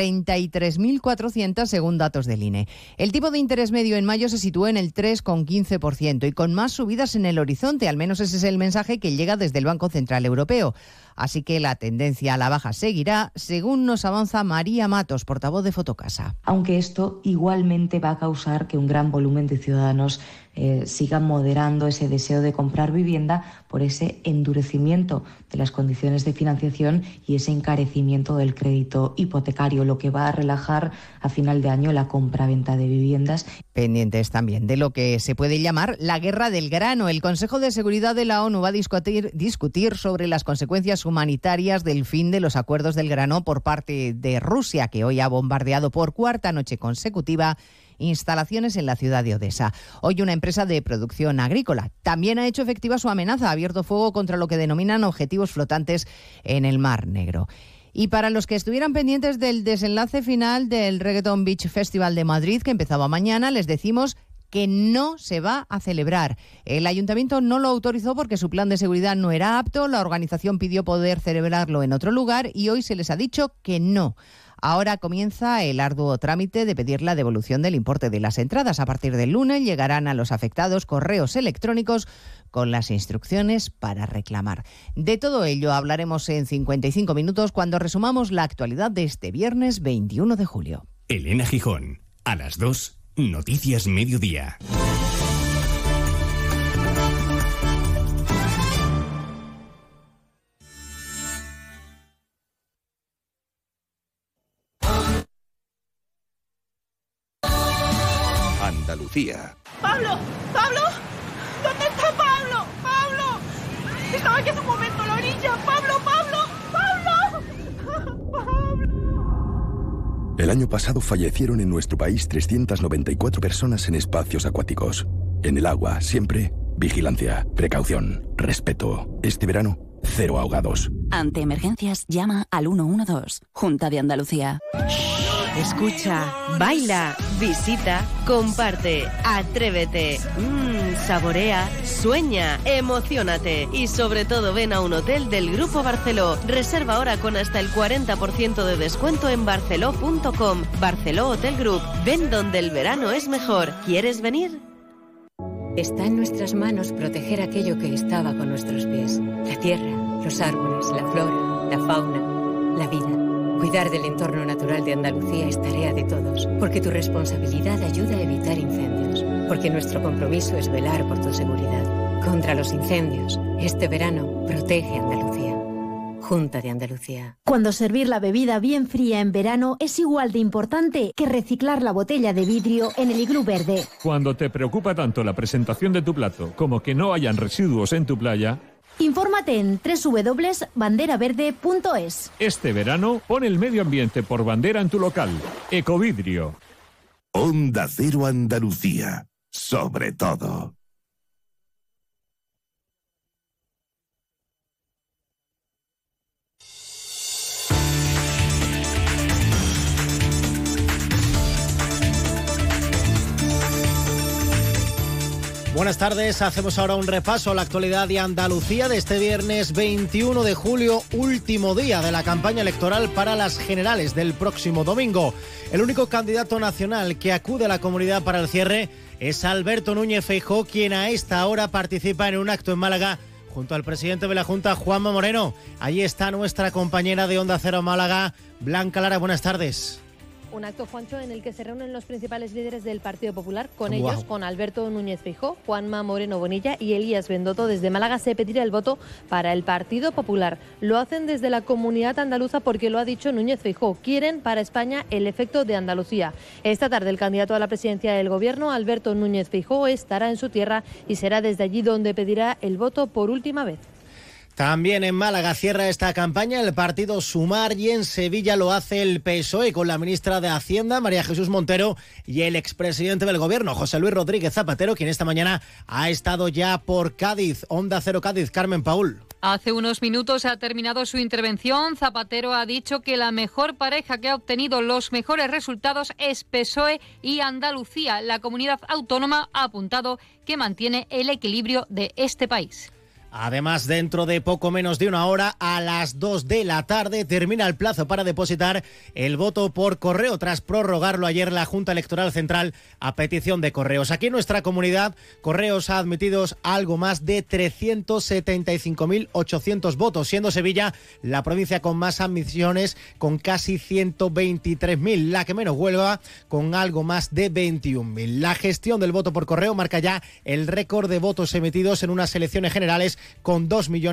33.400 según datos del INE. El tipo de interés medio en mayo se situó en el 3,15% y con más subidas en el horizonte. Al menos ese es el mensaje que llega desde el Banco Central Europeo. Así que la tendencia a la baja seguirá, según nos avanza María Matos, portavoz de Fotocasa. Aunque esto igualmente va a causar que un gran volumen de ciudadanos sigan moderando ese deseo de comprar vivienda por ese endurecimiento de las condiciones de financiación y ese encarecimiento del crédito hipotecario, lo que va a relajar a final de año la compra-venta de viviendas. Pendientes también de lo que se puede llamar la guerra del grano. El Consejo de Seguridad de la ONU va a discutir sobre las consecuencias humanitarias del fin de los acuerdos del grano por parte de Rusia, que hoy ha bombardeado por cuarta noche consecutiva instalaciones en la ciudad de Odesa. Hoy una empresa de producción agrícola también ha hecho efectiva su amenaza, ha abierto fuego contra lo que denominan objetivos flotantes en el Mar Negro. Y para los que estuvieran pendientes del desenlace final del Reggaeton Beach Festival de Madrid, que empezaba mañana, les decimos que no se va a celebrar. El ayuntamiento no lo autorizó porque su plan de seguridad no era apto, la organización pidió poder celebrarlo en otro lugar y hoy se les ha dicho que no. Ahora comienza el arduo trámite de pedir la devolución del importe de las entradas. A partir del lunes llegarán a los afectados correos electrónicos con las instrucciones para reclamar. De todo ello hablaremos en 55 minutos cuando resumamos la actualidad de este viernes 21 de julio. Elena Gijón, a las 2, Noticias Mediodía. Andalucía. ¡Pablo! ¡Pablo! ¿Dónde está Pablo? ¡Pablo! Estaba aquí hace un momento a la orilla. ¡Pablo! El año pasado fallecieron en nuestro país 394 personas en espacios acuáticos. En el agua, siempre, vigilancia, precaución, respeto. Este verano, 0 ahogados. Ante emergencias, llama al 112, Junta de Andalucía. Escucha, baila, visita, comparte, atrévete, saborea, sueña, emociónate y sobre todo ven a un hotel del Grupo Barceló. Reserva ahora con hasta el 40% de descuento en barceló.com. Barceló Hotel Group. Ven donde el verano es mejor. ¿Quieres venir? Está en nuestras manos proteger aquello que estaba con nuestros pies. La tierra, los árboles, la flora, la fauna, la vida. Cuidar del entorno natural de Andalucía es tarea de todos, porque tu responsabilidad ayuda a evitar incendios, porque nuestro compromiso es velar por tu seguridad. Contra los incendios, este verano, protege Andalucía. Junta de Andalucía. Cuando servir la bebida bien fría en verano es igual de importante que reciclar la botella de vidrio en el iglú verde. Cuando te preocupa tanto la presentación de tu plato como que no hayan residuos en tu playa, infórmate en www.banderaverde.es. Este verano, pon el medio ambiente por bandera en tu local. Ecovidrio. Onda Cero Andalucía. Sobre todo. Buenas tardes, hacemos ahora un repaso a la actualidad de Andalucía de este viernes 21 de julio, último día de la campaña electoral para las generales del próximo domingo. El único candidato nacional que acude a la comunidad para el cierre es Alberto Núñez Feijóo, quien a esta hora participa en un acto en Málaga junto al presidente de la Junta, Juanma Moreno. Allí está nuestra compañera de Onda Cero Málaga, Blanca Lara, buenas tardes. Un acto, Juancho, en el que se reúnen los principales líderes del Partido Popular, con ellos, con Alberto Núñez Feijóo, Juanma Moreno Bonilla y Elías Bendoto. Desde Málaga se pedirá el voto para el Partido Popular. Lo hacen desde la comunidad andaluza porque lo ha dicho Núñez Feijóo. Quieren para España el efecto de Andalucía. Esta tarde el candidato a la presidencia del Gobierno, Alberto Núñez Feijóo, estará en su tierra y será desde allí donde pedirá el voto por última vez. También en Málaga cierra esta campaña el partido Sumar y en Sevilla lo hace el PSOE con la ministra de Hacienda, María Jesús Montero, y el expresidente del Gobierno, José Luis Rodríguez Zapatero, quien esta mañana ha estado ya por Cádiz. Onda Cero Cádiz, Carmen Paúl. Hace unos minutos ha terminado su intervención. Zapatero ha dicho que la mejor pareja que ha obtenido los mejores resultados es PSOE y Andalucía. La comunidad autónoma ha apuntado que mantiene el equilibrio de este país. Además, dentro de poco menos de una hora, a las 2 de la tarde, termina el plazo para depositar el voto por correo, tras prorrogarlo ayer la Junta Electoral Central a petición de Correos. Aquí en nuestra comunidad, Correos ha admitido algo más de 375.800 votos, siendo Sevilla la provincia con más admisiones, con casi 123.000, la que menos, Huelva, con algo más de 21.000. La gestión del voto por correo marca ya el récord de votos emitidos en unas elecciones generales, con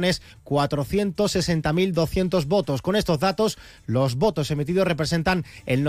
2.460.200 votos. Con estos datos, los votos emitidos representan el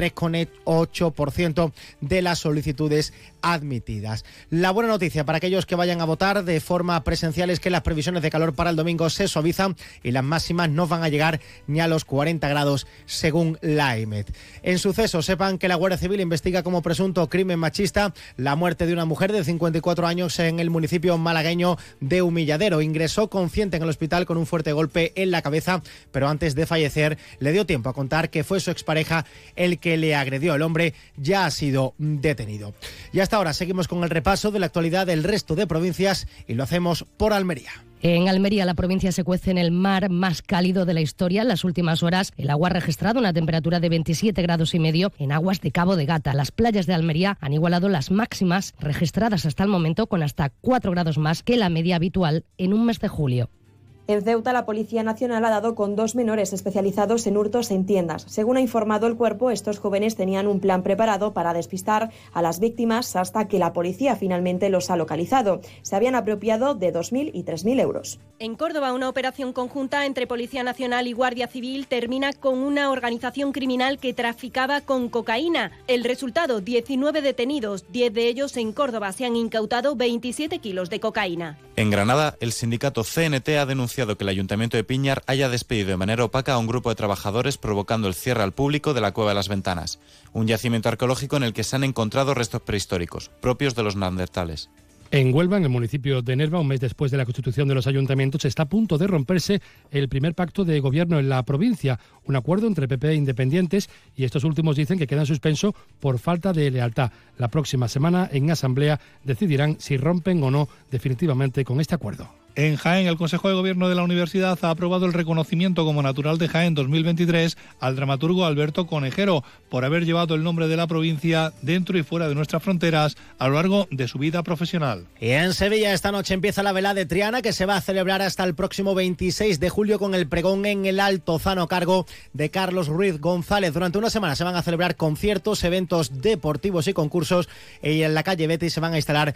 93,8% de las solicitudes admitidas. La buena noticia para aquellos que vayan a votar de forma presencial es que las previsiones de calor para el domingo se suavizan y las máximas no van a llegar ni a los 40 grados según la EMET. En sucesos, sepan que la Guardia Civil investiga como presunto crimen machista la muerte de una mujer de 54 años en el municipio malagueño de Humilladero. Ingresó consciente en el hospital con un fuerte golpe en la cabeza, pero antes de fallecer le dio tiempo a contar que fue su expareja el que le agredió. El hombre ya ha sido detenido. Y hasta ahora seguimos con el repaso de la actualidad del resto de provincias y lo hacemos por Almería. En Almería, la provincia se cuece en el mar más cálido de la historia. En las últimas horas, el agua ha registrado una temperatura de 27,5 grados en aguas de Cabo de Gata. Las playas de Almería han igualado las máximas registradas hasta el momento, con hasta 4 grados más que la media habitual en un mes de julio. En Ceuta, la Policía Nacional ha dado con 2 menores especializados en hurtos en tiendas. Según ha informado el cuerpo, estos jóvenes tenían un plan preparado para despistar a las víctimas hasta que la policía finalmente los ha localizado. Se habían apropiado de 2.000 y 3.000 euros. En Córdoba, una operación conjunta entre Policía Nacional y Guardia Civil termina con una organización criminal que traficaba con cocaína. El resultado, 19 detenidos, 10 de ellos en Córdoba. Se han incautado 27 kilos de cocaína. En Granada, el sindicato CNT ha denunciado que el Ayuntamiento de Piñar haya despedido de manera opaca a un grupo de trabajadores, provocando el cierre al público de la Cueva de las Ventanas, un yacimiento arqueológico en el que se han encontrado restos prehistóricos, propios de los neandertales. En Huelva, en el municipio de Nerva, un mes después de la constitución de los ayuntamientos, está a punto de romperse el primer pacto de gobierno en la provincia, un acuerdo entre PP e independientes, y estos últimos dicen que queda en suspenso por falta de lealtad. La próxima semana, en asamblea, decidirán si rompen o no definitivamente con este acuerdo. En Jaén, el Consejo de Gobierno de la Universidad ha aprobado el reconocimiento como natural de Jaén 2023 al dramaturgo Alberto Conejero por haber llevado el nombre de la provincia dentro y fuera de nuestras fronteras a lo largo de su vida profesional. Y en Sevilla esta noche empieza la velada de Triana, que se va a celebrar hasta el próximo 26 de julio con el pregón en el Altozano a cargo de Carlos Ruiz González. Durante una semana se van a celebrar conciertos, eventos deportivos y concursos, y en la calle Betis se van a instalar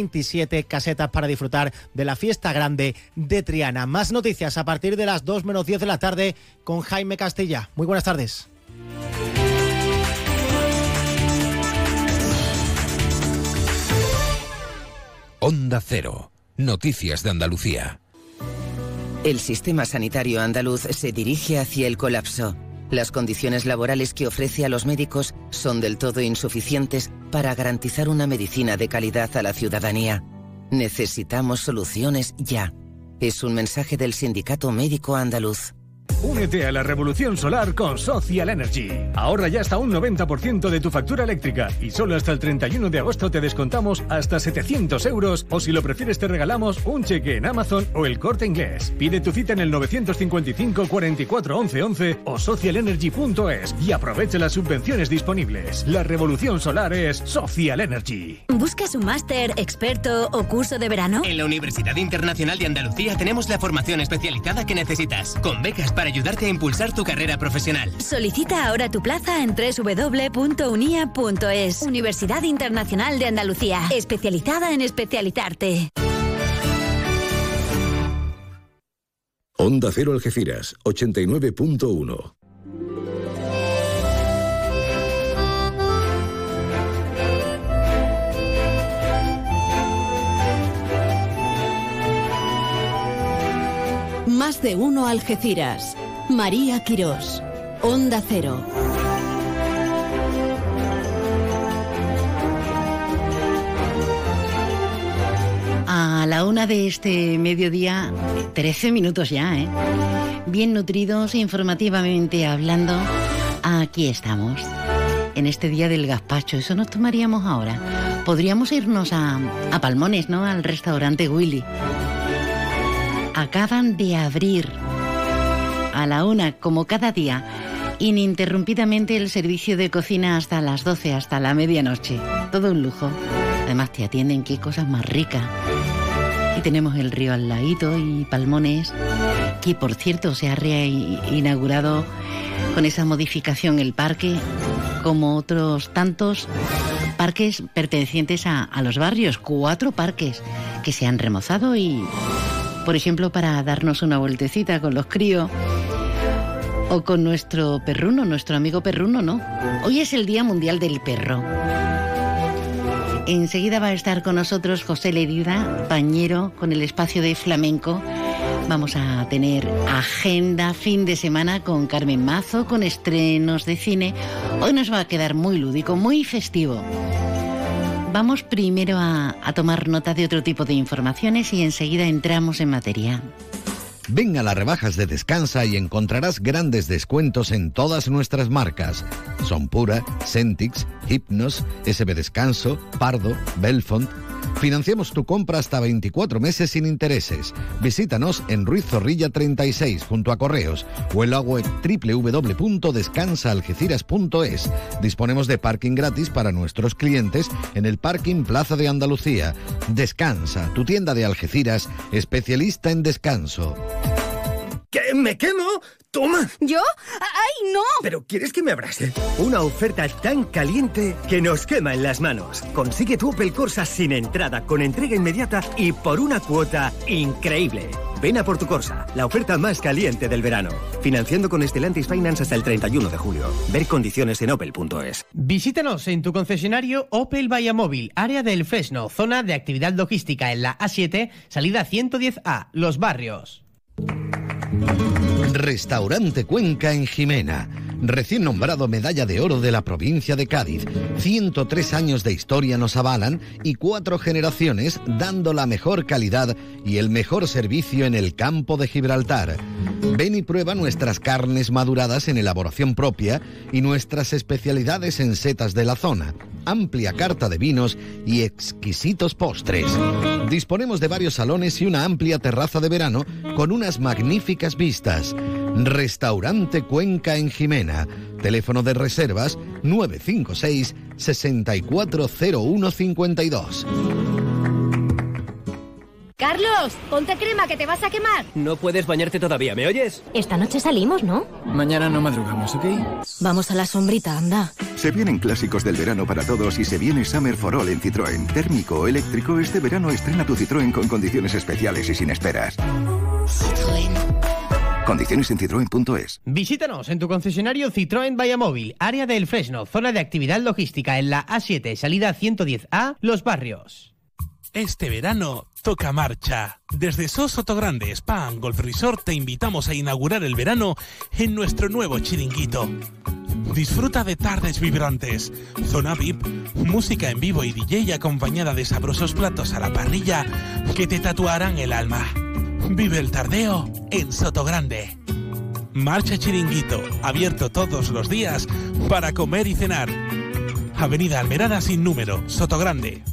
27 casetas para disfrutar de la fiesta grande de Triana. Más noticias a partir de las 2 menos 10 de la tarde con Jaime Castilla. Muy buenas tardes. Onda Cero. Noticias de Andalucía. El sistema sanitario andaluz se dirige hacia el colapso. Las condiciones laborales que ofrece a los médicos son del todo insuficientes para garantizar una medicina de calidad a la ciudadanía. Necesitamos soluciones ya. Es un mensaje del Sindicato Médico Andaluz. Únete a la revolución solar con Social Energy. Ahorra ya hasta un 90% de tu factura eléctrica y solo hasta el 31 de agosto te descontamos hasta 700 euros, o si lo prefieres te regalamos un cheque en Amazon o el Corte Inglés. Pide tu cita en el 955 44 11 11 o socialenergy.es y aprovecha las subvenciones disponibles. La revolución solar es Social Energy. ¿Buscas un máster, experto o curso de verano? En la Universidad Internacional de Andalucía tenemos la formación especializada que necesitas, con becas para ayudarte a impulsar tu carrera profesional. Solicita ahora tu plaza en www.unia.es. Universidad Internacional de Andalucía, especializada en especializarte. Onda Cero Algeciras, 89.1. Más de uno Algeciras. María Quirós. Onda Cero. A la 1 de este mediodía, 13 minutos ya, ¿eh? Bien nutridos, informativamente hablando, aquí estamos. En este día del gazpacho, eso nos tomaríamos ahora. Podríamos irnos a Palmones, ¿no? Al restaurante Willy. acaban de abrir a la 1, como cada día, ininterrumpidamente el servicio de cocina hasta las 12, hasta la medianoche. Todo un lujo. Además te atienden, qué cosas más ricas. Y tenemos el río al ladito y Palmones, que por cierto se ha reinaugurado con esa modificación el parque, como otros tantos parques pertenecientes a los barrios. 4 parques que se han remozado y, por ejemplo, para darnos una vueltecita con los críos o con nuestro perruno, nuestro amigo perruno, ¿no? Hoy es el Día Mundial del Perro. Enseguida va a estar con nosotros José Lerida, bañero, con el espacio de flamenco. Vamos a tener agenda fin de semana con Carmen Mazo, con estrenos de cine. Hoy nos va a quedar muy lúdico, muy festivo. Vamos primero a tomar nota de otro tipo de informaciones y enseguida entramos en materia. Ven a las rebajas de Descansa y encontrarás grandes descuentos en todas nuestras marcas. Son Pura, Centix, Hypnos, SB Descanso, Pardo, Belfont. Financiamos tu compra hasta 24 meses sin intereses. Visítanos en Ruiz Zorrilla 36 junto a Correos o en la web www.descansaalgeciras.es. Disponemos de parking gratis para nuestros clientes en el Parking Plaza de Andalucía. Descansa, tu tienda de Algeciras, especialista en descanso. ¿Qué? ¿Me quemo? ¡Toma! ¿Yo? ¡Ay, no! ¿Pero quieres que me abrase? Una oferta tan caliente que nos quema en las manos. Consigue tu Opel Corsa sin entrada, con entrega inmediata y por una cuota increíble. Ven a por tu Corsa, la oferta más caliente del verano. Financiando con Stellantis Finance hasta el 31 de julio. Ver condiciones en opel.es. Visítanos en tu concesionario Opel Vallamóvil, área del Fresno, zona de actividad logística en la A7, salida 110A, Los Barrios. Restaurante Cuenca en Jimena, recién nombrado Medalla de Oro de la provincia de Cádiz. 103 años de historia nos avalan y 4 generaciones dando la mejor calidad y el mejor servicio en el campo de Gibraltar. Ven y prueba nuestras carnes maduradas en elaboración propia y nuestras especialidades en setas de la zona. Amplia carta de vinos y exquisitos postres. Disponemos de varios salones y una amplia terraza de verano con unas magníficas vistas. Restaurante Cuenca en Jimena. Teléfono de reservas 956 640152. Carlos, ponte crema que te vas a quemar. No puedes bañarte todavía, ¿me oyes? Esta noche salimos, ¿no? Mañana no madrugamos, ¿ok? Vamos a la sombrita, anda. Se vienen clásicos del verano para todos y se viene Summer for All en Citroën. Térmico o eléctrico, este verano estrena tu Citroën con condiciones especiales y sin esperas. Citroën. Condiciones en citroen.es. Visítanos en tu concesionario Citroën Vallamóvil, área del Fresno, zona de actividad logística en la A7, salida 110A, Los Barrios. Este verano toca marcha. Desde SOS Sotogrande Spa and Golf Resort te invitamos a inaugurar el verano en nuestro nuevo chiringuito. Disfruta de tardes vibrantes, zona VIP, música en vivo y DJ acompañada de sabrosos platos a la parrilla que te tatuarán el alma. Vive el tardeo en Sotogrande. Marcha Chiringuito, abierto todos los días para comer y cenar. Avenida Almerada sin número, Sotogrande.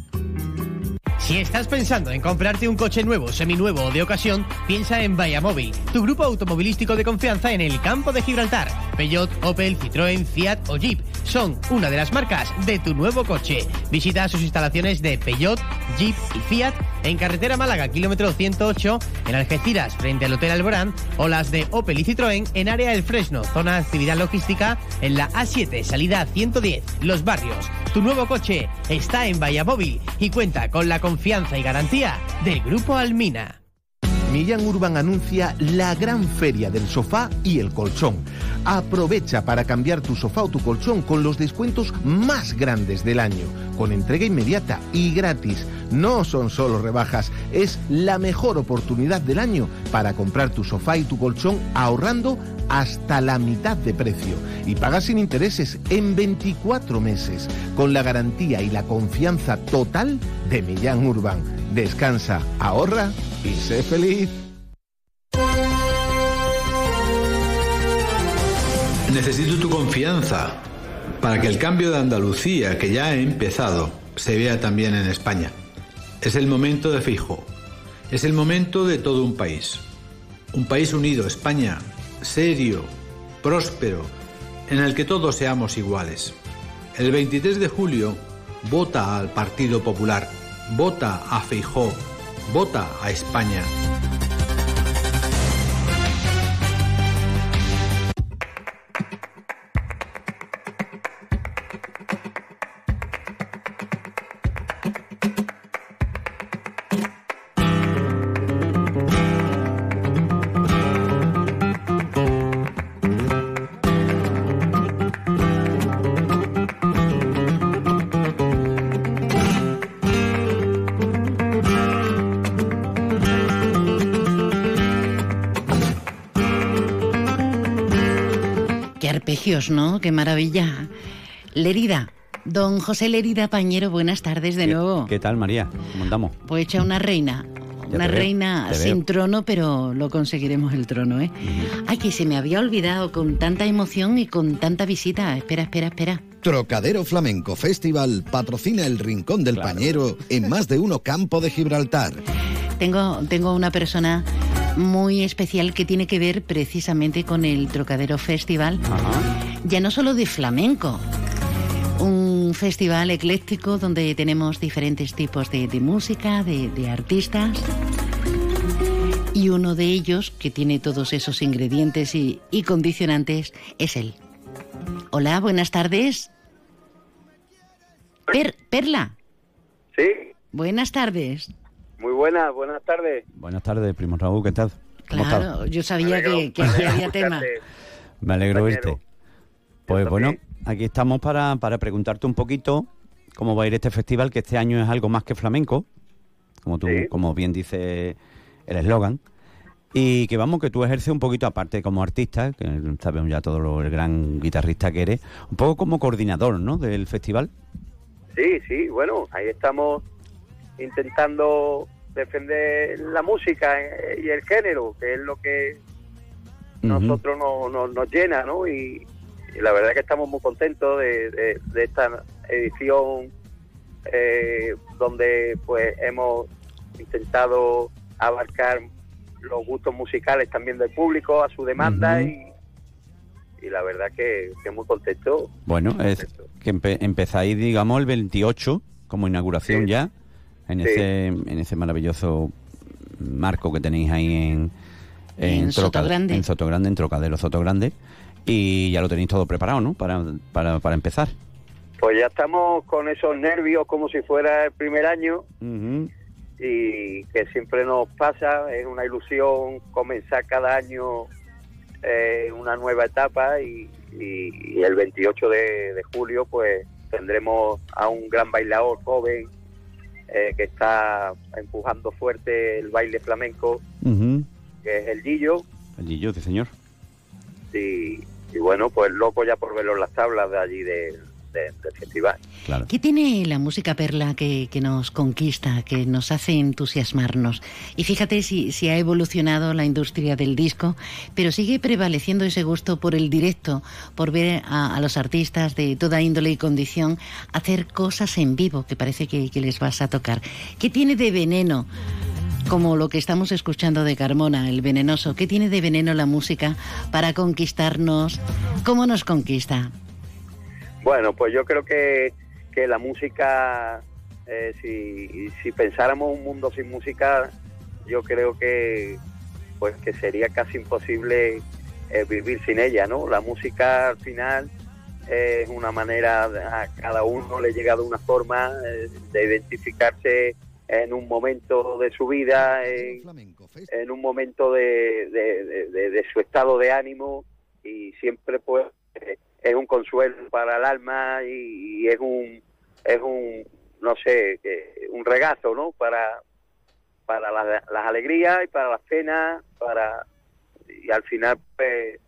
Si estás pensando en comprarte un coche nuevo, seminuevo o de ocasión, piensa en Vallamóvil, tu grupo automovilístico de confianza en el campo de Gibraltar. Peugeot, Opel, Citroën, Fiat o Jeep son una de las marcas de tu nuevo coche. Visita sus instalaciones de Peugeot, Jeep y Fiat en carretera Málaga, kilómetro 108, en Algeciras, frente al Hotel Alborán, o las de Opel y Citroën en área del Fresno, zona de actividad logística en la A7, salida 110, Los Barrios. Tu nuevo coche está en Vallamóvil y cuenta con la confianza y garantía del Grupo Almina. Millán Urban anuncia la gran feria del sofá y el colchón. Aprovecha para cambiar tu sofá o tu colchón con los descuentos más grandes del año, con entrega inmediata y gratis. No son solo rebajas, es la mejor oportunidad del año para comprar tu sofá y tu colchón ahorrando hasta la mitad de precio y pagas sin intereses en 24 meses, con la garantía y la confianza total de Millán Urban. Descansa, ahorra y sé feliz. Necesito tu confianza para que el cambio de Andalucía, que ya ha empezado, se vea también en España. Es el momento de Feijóo. Es el momento de todo un país unido, España, serio, próspero, en el que todos seamos iguales. El 23 de julio, vota al Partido Popular, vota a Feijóo, vota a España. Arpegios, ¿no? Qué maravilla. Lérida, don José Lérida Pañero, buenas tardes de nuevo. ¿Qué tal, María? ¿Cómo andamos? Pues echa una reina. Una reina sin trono, pero lo conseguiremos el trono, ¿eh? Ay, que se me había olvidado con tanta emoción y con tanta visita. Espera. Trocadero Flamenco Festival patrocina el Rincón del Pañero en más de uno Campo de Gibraltar. Tengo una persona muy especial que tiene que ver precisamente con el Trocadero Festival. Ajá. Ya no solo de flamenco, un festival ecléctico donde tenemos diferentes tipos de música, de artistas, y uno de ellos que tiene todos esos ingredientes y condicionantes es él. Hola, buenas tardes. Perla. Sí. Buenas tardes. Muy buenas tardes. Buenas tardes, primo Raúl, ¿qué tal? Claro, yo sabía que había tema. Me alegro oírte. Pues bueno, aquí estamos para preguntarte un poquito cómo va a ir este festival, que este año es algo más que flamenco, como bien dice el eslogan, y que que tú ejerces un poquito aparte como artista, que sabemos ya todo el gran guitarrista que eres, un poco como coordinador, ¿no?, del festival. Sí, bueno, ahí estamos intentando defender la música y el género, que es lo que nosotros nos llena, ¿no? Y la verdad es que estamos muy contentos de esta edición donde pues hemos intentado abarcar los gustos musicales también del público a su demanda y la verdad que muy contento. Bueno, es que empezáis, digamos, el 28 como inauguración ya. En ese maravilloso marco que tenéis ahí en Sotogrande. En Sotogrande, en Trocadero Sotogrande. Y ya lo tenéis todo preparado, ¿no?, para empezar. Pues ya estamos con esos nervios como si fuera el primer año. Y que siempre nos pasa, es una ilusión comenzar cada año una nueva etapa y el 28 de julio pues tendremos a un gran bailador joven que está empujando fuerte el baile flamenco, que es el Gillo. El Gillo, sí, señor. Y bueno, pues loco ya por verlo en las tablas de allí del festival. Claro. ¿Qué tiene la música, Perla, que nos conquista, que nos hace entusiasmarnos? Y fíjate si ha evolucionado la industria del disco, pero sigue prevaleciendo ese gusto por el directo, por ver a los artistas de toda índole y condición hacer cosas en vivo, que parece que les vas a tocar. ¿Qué tiene de veneno? Como lo que estamos escuchando de Carmona, el venenoso. ¿Qué tiene de veneno la música para conquistarnos? ¿Cómo nos conquista? Bueno, pues yo creo que la música, si pensáramos un mundo sin música, yo creo que sería casi imposible vivir sin ella, ¿no? La música al final es una manera, a cada uno le llega de una forma de identificarse en un momento de su vida, en un momento de su estado de ánimo, y siempre pues es un consuelo para el alma y es un no sé, un regazo, ¿no? Para las alegrías y para las penas, y al final pues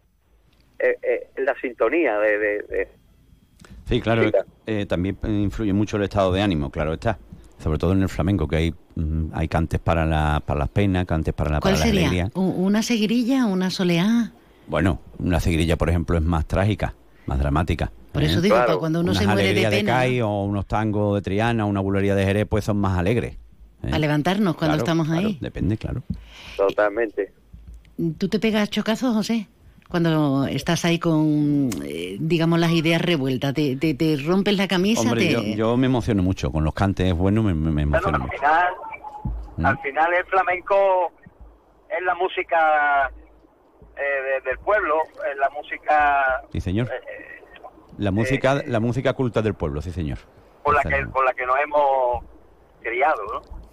es la sintonía de Sí, claro, también influye mucho el estado de ánimo, claro está. Sobre todo en el flamenco, que hay cantes para las penas, cantes para la alegría. ¿Una seguirilla, una soleá? Bueno, una seguirilla, por ejemplo, es más trágica, más dramática. Por eso digo, cuando uno se muere de pena. Cádiz, o unos tangos de Triana, una bulería de Jerez, pues son más alegres. Para levantarnos cuando estamos ahí. Claro, depende, claro. Totalmente. ¿Tú te pegas chocazos, José? Cuando estás ahí con, digamos, las ideas revueltas, te rompes la camisa. Hombre, yo me emociono mucho. Con los cantes buenos me emociono mucho. Al final el flamenco es la música del pueblo, es la música... Sí, señor. La música culta del pueblo, sí, señor. Con la que nos hemos criado, ¿no?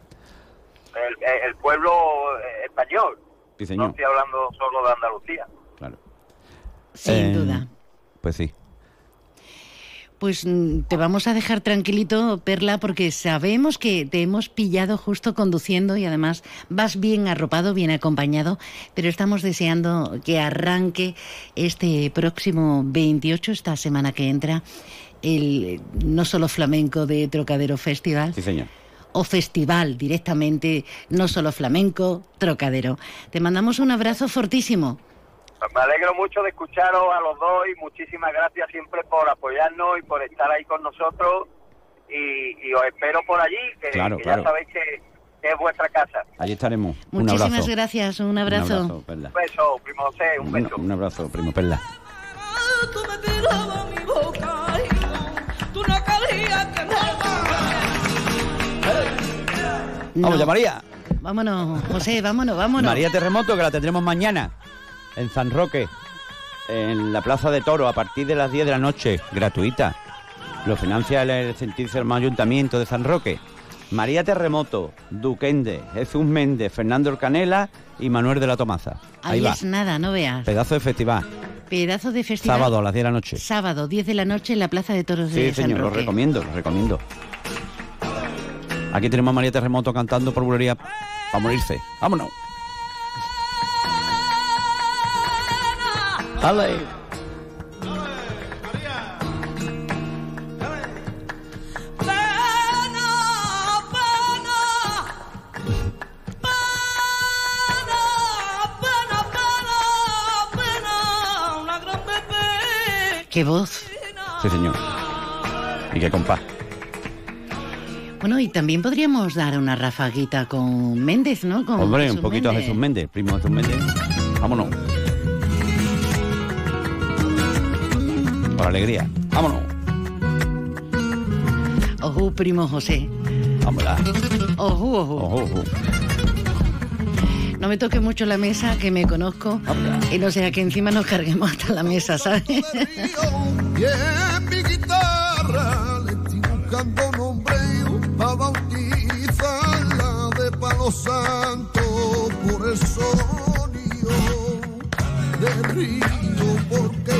El pueblo español. Sí, señor. No estoy hablando solo de Andalucía. Claro. Sin duda. Pues sí. Pues te vamos a dejar tranquilito, Perla, porque sabemos que te hemos pillado justo conduciendo y además vas bien arropado, bien acompañado, pero estamos deseando que arranque este próximo 28, esta semana que entra, el no solo flamenco de Trocadero Festival. Sí, señor. O festival directamente, no solo flamenco, Trocadero. Te mandamos un abrazo fortísimo. Me alegro mucho de escucharos a los dos y muchísimas gracias siempre por apoyarnos y por estar ahí con nosotros y os espero por allí, que claro. ya sabéis que es vuestra casa. Allí estaremos. Muchísimas gracias, un abrazo. Un abrazo, Perla. Un beso, primo José, un beso. Un abrazo, primo Perla. Tú me tirabas mi boca y tú no querías que Vamos ya, María. Vámonos, José, vámonos. María Terremoto, que la tendremos mañana en San Roque, en la Plaza de Toro, a partir de las 10 de la noche, gratuita. Lo financia el Centísimo Ayuntamiento de San Roque. María Terremoto, Duquende, Jesús Méndez, Fernando Canela y Manuel de la Tomaza. Ahí va. Es nada, no veas. Pedazo de festival. Pedazo de festival. Sábado a las 10 de la noche. Sábado, 10 de la noche en la Plaza de Toros de San Roque. Sí, señor, lo recomiendo. Aquí tenemos a María Terremoto cantando por bulería para morirse. ¡Vámonos! ¡Ale! ¡Qué voz! Sí, señor. Y qué compás. Bueno, y también podríamos dar una rafaguita con Méndez, ¿no? Con Hombre, Jesús un poquito Méndez. a Jesús Méndez, primo Jesús Méndez. Vámonos. Por alegría. Vámonos. Ojú, primo José. Vámonos. Ojú. No me toque mucho la mesa, que me conozco. Y no sea que encima nos carguemos hasta la mesa, ¿sabes? Y en mi guitarra le estoy buscando nombre para bautizarla de Palo Santo por el sonido de río porque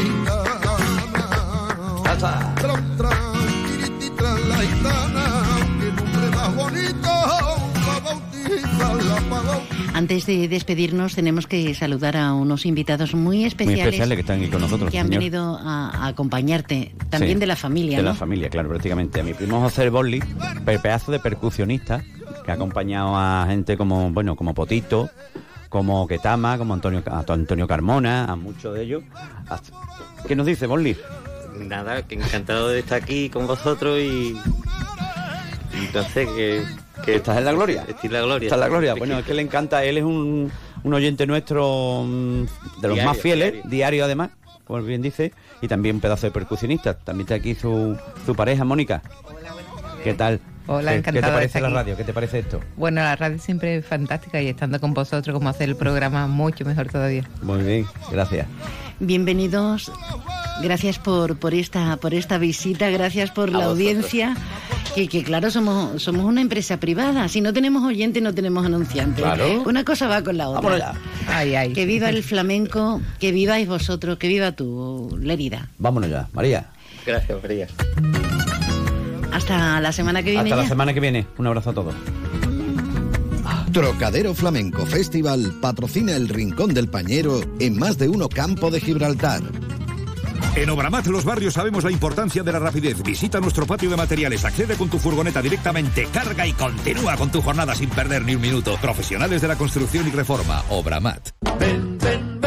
gitana tras la gitana que nombre más bonito para bautizarla Antes de despedirnos tenemos que saludar a unos invitados muy especiales que están aquí con nosotros, que han señor. venido a acompañarte, también Sí, de la familia, de ¿no? la familia, claro, prácticamente. A mi primo José Borli, pedazo de percusionista, que ha acompañado a gente como Potito, como Ketama, como Antonio Carmona, a muchos de ellos. ¿Qué nos dice, Borli? Nada, que encantado de estar aquí con vosotros y no sé, que ¿Estás en la gloria? Estoy en la gloria. Está en la gloria. Bueno, es que le encanta. Él es un oyente nuestro de los más fieles, diario además, como bien dice, y también un pedazo de percusionista. También está aquí su pareja, Mónica. Hola, ¿qué tal? Hola, encantada. ¿Qué te parece de la estar radio? ¿Qué te parece esto? Bueno, la radio siempre es fantástica y estando con vosotros, como hacer el programa, mucho mejor todavía. Muy bien, gracias. Bienvenidos. Gracias por esta visita, gracias por la audiencia. Que claro, somos una empresa privada. Si no tenemos oyentes, no tenemos anunciantes. Claro. Una cosa va con la otra. Vámonos ya. Ay. Que viva el flamenco, que viváis vosotros, que viva tú, Lérida. Vámonos ya, María. Gracias, María. Hasta la semana que viene. Hasta la ya. semana que viene. Un abrazo a todos. Trocadero Flamenco Festival patrocina el Rincón del Pañero en Más de Uno Campo de Gibraltar. En Obramat Los Barrios sabemos la importancia de la rapidez. Visita nuestro patio de materiales, accede con tu furgoneta directamente, carga y continúa con tu jornada sin perder ni un minuto. Profesionales de la construcción y reforma. Obramat. ven, ven, ven,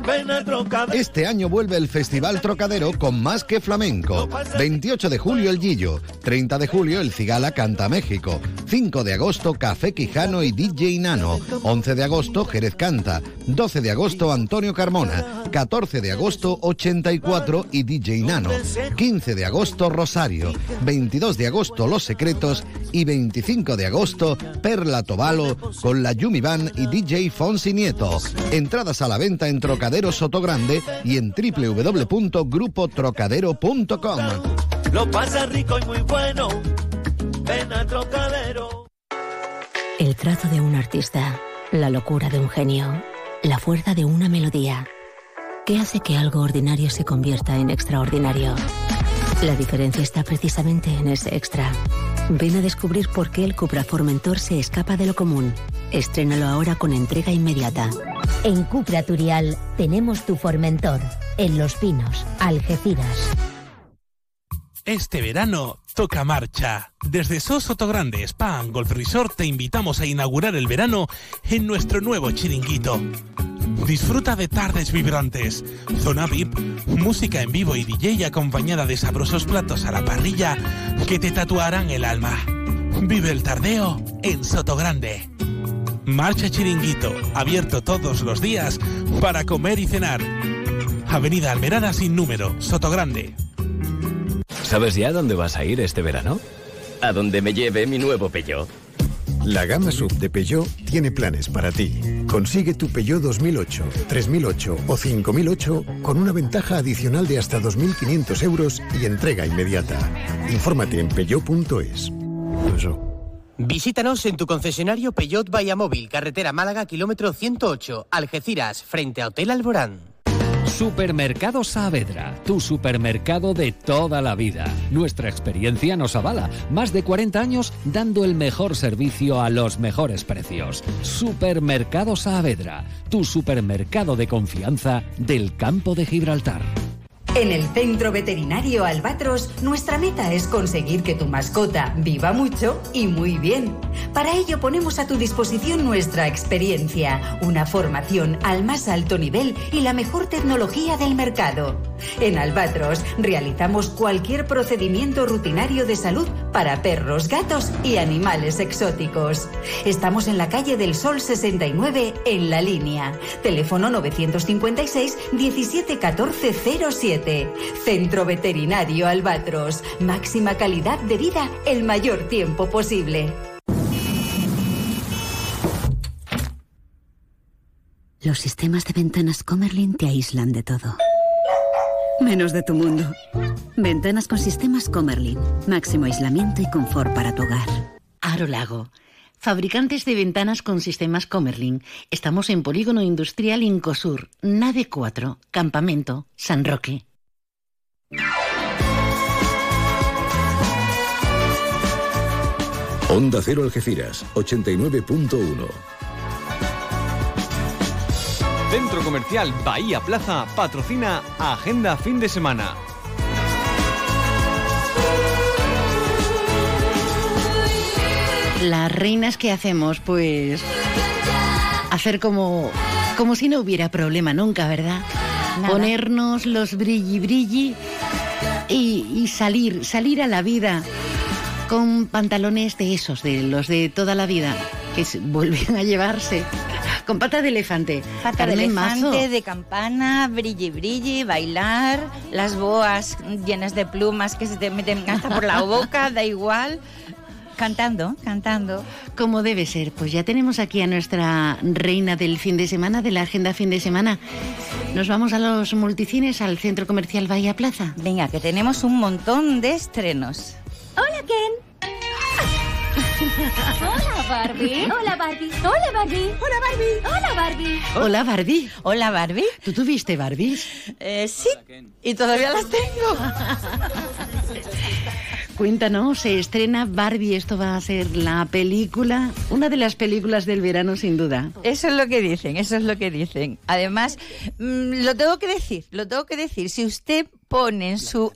ven a Trocadero. Este año vuelve el Festival Trocadero con Más que Flamenco. 28 de julio el Gillo, 30 de julio el Cigala Canta México, 5 de agosto Café Quijano y DJ Nano, 11 de agosto Jerez Canta, 12 de agosto Antonio Carmona, 14 de agosto 84 y DJ Nano, 15 de agosto Rosario, 22 de agosto Los Secretos y 25 de agosto Perla Tobalo con la Yumi Band y DJ Fonsi Nieto. Entradas a la venta en Trocadero Sotogrande y en www.grupotrocadero.com. Lo pasa rico y muy bueno, ven a Trocadero. El trazo de un artista, la locura de un genio, la fuerza de una melodía. ¿Qué hace que algo ordinario se convierta en extraordinario? La diferencia está precisamente en ese extra. Ven a descubrir por qué el Cupra Formentor se escapa de lo común. Estrénalo ahora con entrega inmediata. En Cupra Turial tenemos tu Formentor, en Los Pinos, Algeciras. Este verano toca marcha. Desde SOS Sotogrande Spa and Golf Resort te invitamos a inaugurar el verano en nuestro nuevo chiringuito. Disfruta de tardes vibrantes, zona VIP, música en vivo y DJ acompañada de sabrosos platos a la parrilla que te tatuarán el alma. Vive el tardeo en Sotogrande. Marcha Chiringuito, abierto todos los días para comer y cenar. Avenida Almerada sin número, Sotogrande. ¿Sabes ya dónde vas a ir este verano? A donde me lleve mi nuevo Peugeot. La gama SUV de Peugeot tiene planes para ti. Consigue tu Peugeot 2008, 3008 o 5008 con una ventaja adicional de hasta 2.500 euros y entrega inmediata. Infórmate en peugeot.es. Visítanos en tu concesionario Peugeot Vallamóvil, carretera Málaga, kilómetro 108, Algeciras, frente a Hotel Alborán. Supermercado Saavedra, tu supermercado de toda la vida. Nuestra experiencia nos avala. Más de 40 años dando el mejor servicio a los mejores precios. Supermercado Saavedra, tu supermercado de confianza del Campo de Gibraltar. En el Centro Veterinario Albatros, nuestra meta es conseguir que tu mascota viva mucho y muy bien. Para ello ponemos a tu disposición nuestra experiencia, una formación al más alto nivel y la mejor tecnología del mercado. En Albatros realizamos cualquier procedimiento rutinario de salud para perros, gatos y animales exóticos. Estamos en la calle del Sol 69 en La Línea. Teléfono 956 17 14 07. Centro Veterinario Albatros. Máxima calidad de vida el mayor tiempo posible. Los sistemas de ventanas Comerlin te aíslan de todo, menos de tu mundo. Ventanas con sistemas Comerlin. Máximo aislamiento y confort para tu hogar. Aro Lago. Fabricantes de ventanas con sistemas Comerlin. Estamos en Polígono Industrial Incosur, Nave 4, Campamento, San Roque. Onda Cero Algeciras, 89.1. Centro Comercial Bahía Plaza patrocina Agenda Fin de Semana. Las reinas, ¿qué hacemos? Pues hacer como si no hubiera problema nunca, ¿verdad? Nada. Ponernos los brilli y salir a la vida con pantalones de esos, de los de toda la vida, que vuelven a llevarse. Con pata de elefante. Pata de elefante, Mazo. De campana, brilli, bailar, las boas llenas de plumas que se te meten hasta por la boca, da igual. Cantando. Como debe ser. Pues ya tenemos aquí a nuestra reina del fin de semana, de la agenda fin de semana. Nos vamos a los multicines, al Centro Comercial Bahía Plaza. Venga, que tenemos un montón de estrenos. Hola, Ken. Hola, Barbie. Hola, Barbie. Hola, Barbie. Hola, Barbie. Hola, Barbie. Hola, Barbie. Hola, Barbie. ¿Tú tuviste Barbies? Sí, y todavía las tengo. Cuéntanos, se estrena Barbie, esto va a ser la película, una de las películas del verano sin duda. Eso es lo que dicen. Además, lo tengo que decir, si usted pone en su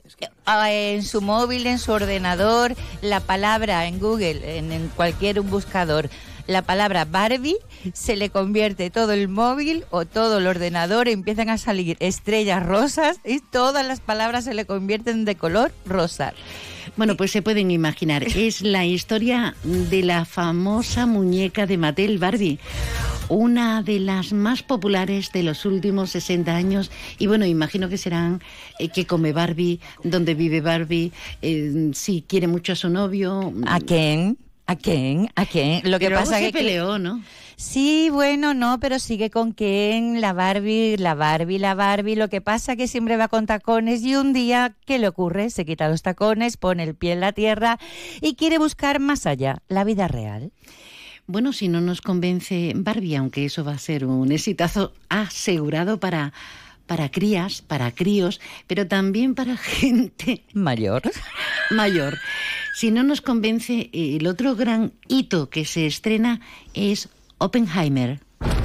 móvil, en su ordenador, la palabra en Google, en cualquier buscador, la palabra Barbie, se le convierte todo el móvil o todo el ordenador, empiezan a salir estrellas rosas y todas las palabras se le convierten de color rosa. Bueno, pues se pueden imaginar, es la historia de la famosa muñeca de Mattel, Barbie, una de las más populares de los últimos 60 años. Y bueno, imagino que serán qué come Barbie, dónde vive Barbie, si quiere mucho a su novio. ¿A quién? ¿A quién? Lo que pero pasa se es que peleó, ¿no? Sí, bueno, no, pero sigue con Ken, la Barbie. Lo que pasa es que siempre va con tacones y un día, ¿qué le ocurre? Se quita los tacones, pone el pie en la tierra y quiere buscar más allá, la vida real. Bueno, si no nos convence Barbie, aunque eso va a ser un exitazo asegurado para crías, para críos, pero también para gente mayor. Si no nos convence, el otro gran hito que se estrena es Oppenheimer.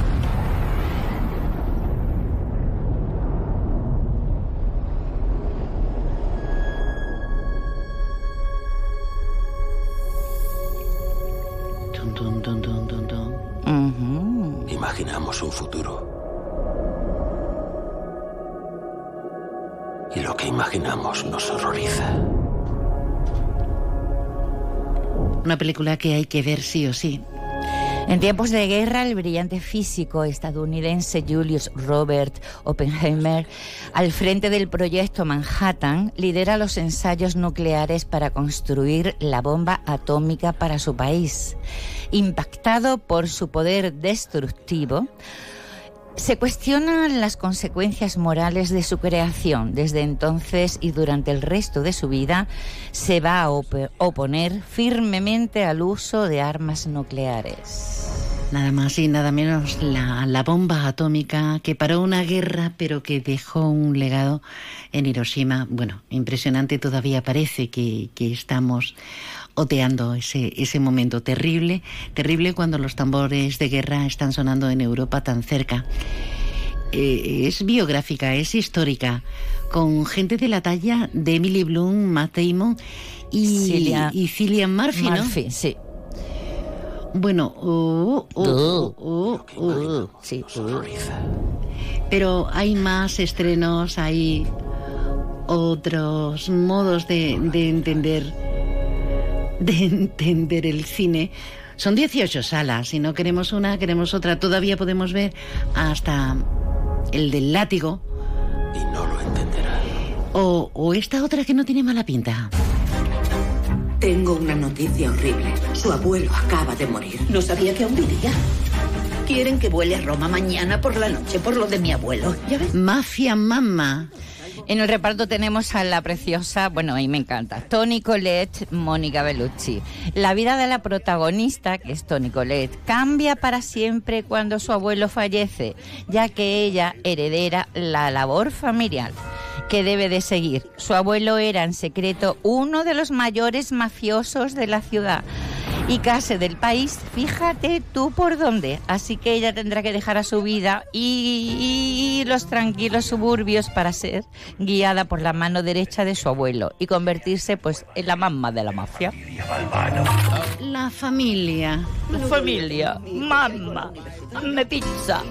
Imaginamos un futuro. Y lo que imaginamos nos horroriza. Una película que hay que ver sí o sí. En tiempos de guerra, el brillante físico estadounidense Julius Robert Oppenheimer, al frente del proyecto Manhattan, lidera los ensayos nucleares para construir la bomba atómica para su país. Impactado por su poder destructivo, se cuestionan las consecuencias morales de su creación. Desde entonces y durante el resto de su vida se va a oponer firmemente al uso de armas nucleares. Nada más y nada menos la bomba atómica que paró una guerra pero que dejó un legado en Hiroshima. Bueno, impresionante, todavía parece que estamos oteando ese momento terrible cuando los tambores de guerra están sonando en Europa tan cerca. Es biográfica, es histórica, con gente de la talla de Emily Blunt, Matt Damon y Cillian Murphy, ¿no? Murphy, sí. Bueno, sí. Pero hay más estrenos, hay otros modos de entender el cine. Son 18 salas, si no queremos una, queremos otra. Todavía podemos ver hasta el del látigo. Y no lo entenderá. O esta otra que no tiene mala pinta. Tengo una noticia horrible. Su abuelo acaba de morir. No sabía que aún vivía. Quieren que vuele a Roma mañana por la noche por lo de mi abuelo. ¿Ya ves? Mafia Mamma. En el reparto tenemos a la preciosa, bueno, a mí me encanta, Toni Collette, Mónica Bellucci. La vida de la protagonista, que es Toni Collette, cambia para siempre cuando su abuelo fallece, ya que ella heredera la labor familiar que debe de seguir. Su abuelo era en secreto uno de los mayores mafiosos de la ciudad y casi del país, fíjate tú por dónde. Así que ella tendrá que dejar a su vida y los tranquilos suburbios para ser guiada por la mano derecha de su abuelo y convertirse pues en la mamá de la mafia. La familia. La familia. Mamma. Hazme pizza.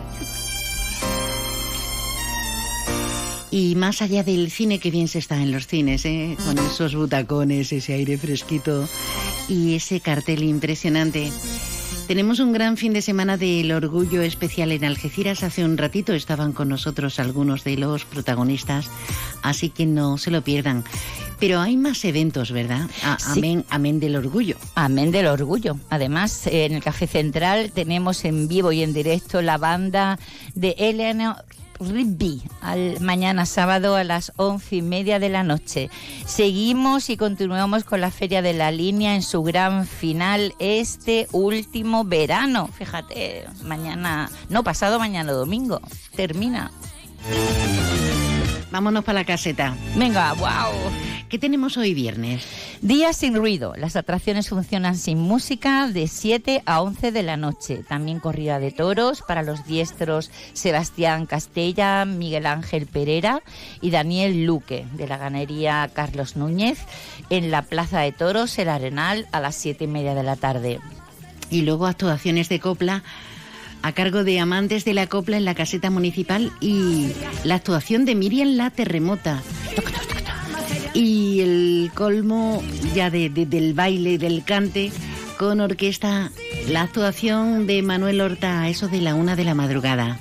Y más allá del cine, que bien se está en los cines, ¿eh? Con esos butacones, ese aire fresquito y ese cartel impresionante. Tenemos un gran fin de semana del Orgullo Especial en Algeciras. Hace un ratito estaban con nosotros algunos de los protagonistas, así que no se lo pierdan. Pero hay más eventos, ¿verdad? Sí. Amén del orgullo. Amén del orgullo. Además, en el Café Central tenemos en vivo y en directo la banda de Eleanor Rigby, mañana sábado a las 11:30 de la noche. Seguimos y continuamos con la Feria de la Línea en su gran final este último verano. Fíjate, pasado mañana domingo, termina. Vámonos para la caseta. Venga, wow. ¿Qué tenemos hoy viernes? Día sin ruido. Las atracciones funcionan sin música de 7 a 11 de la noche. También corrida de toros para los diestros Sebastián Castella, Miguel Ángel Pereira y Daniel Luque, de la ganadería Carlos Núñez, en la Plaza de Toros El Arenal a las 7:30 de la tarde. Y luego actuaciones de copla a cargo de Amantes de la Copla en la Caseta Municipal y la actuación de Miriam La Terremota. Y el colmo ya del baile y del cante con orquesta, la actuación de Manuel Horta a eso de la 1 de la madrugada.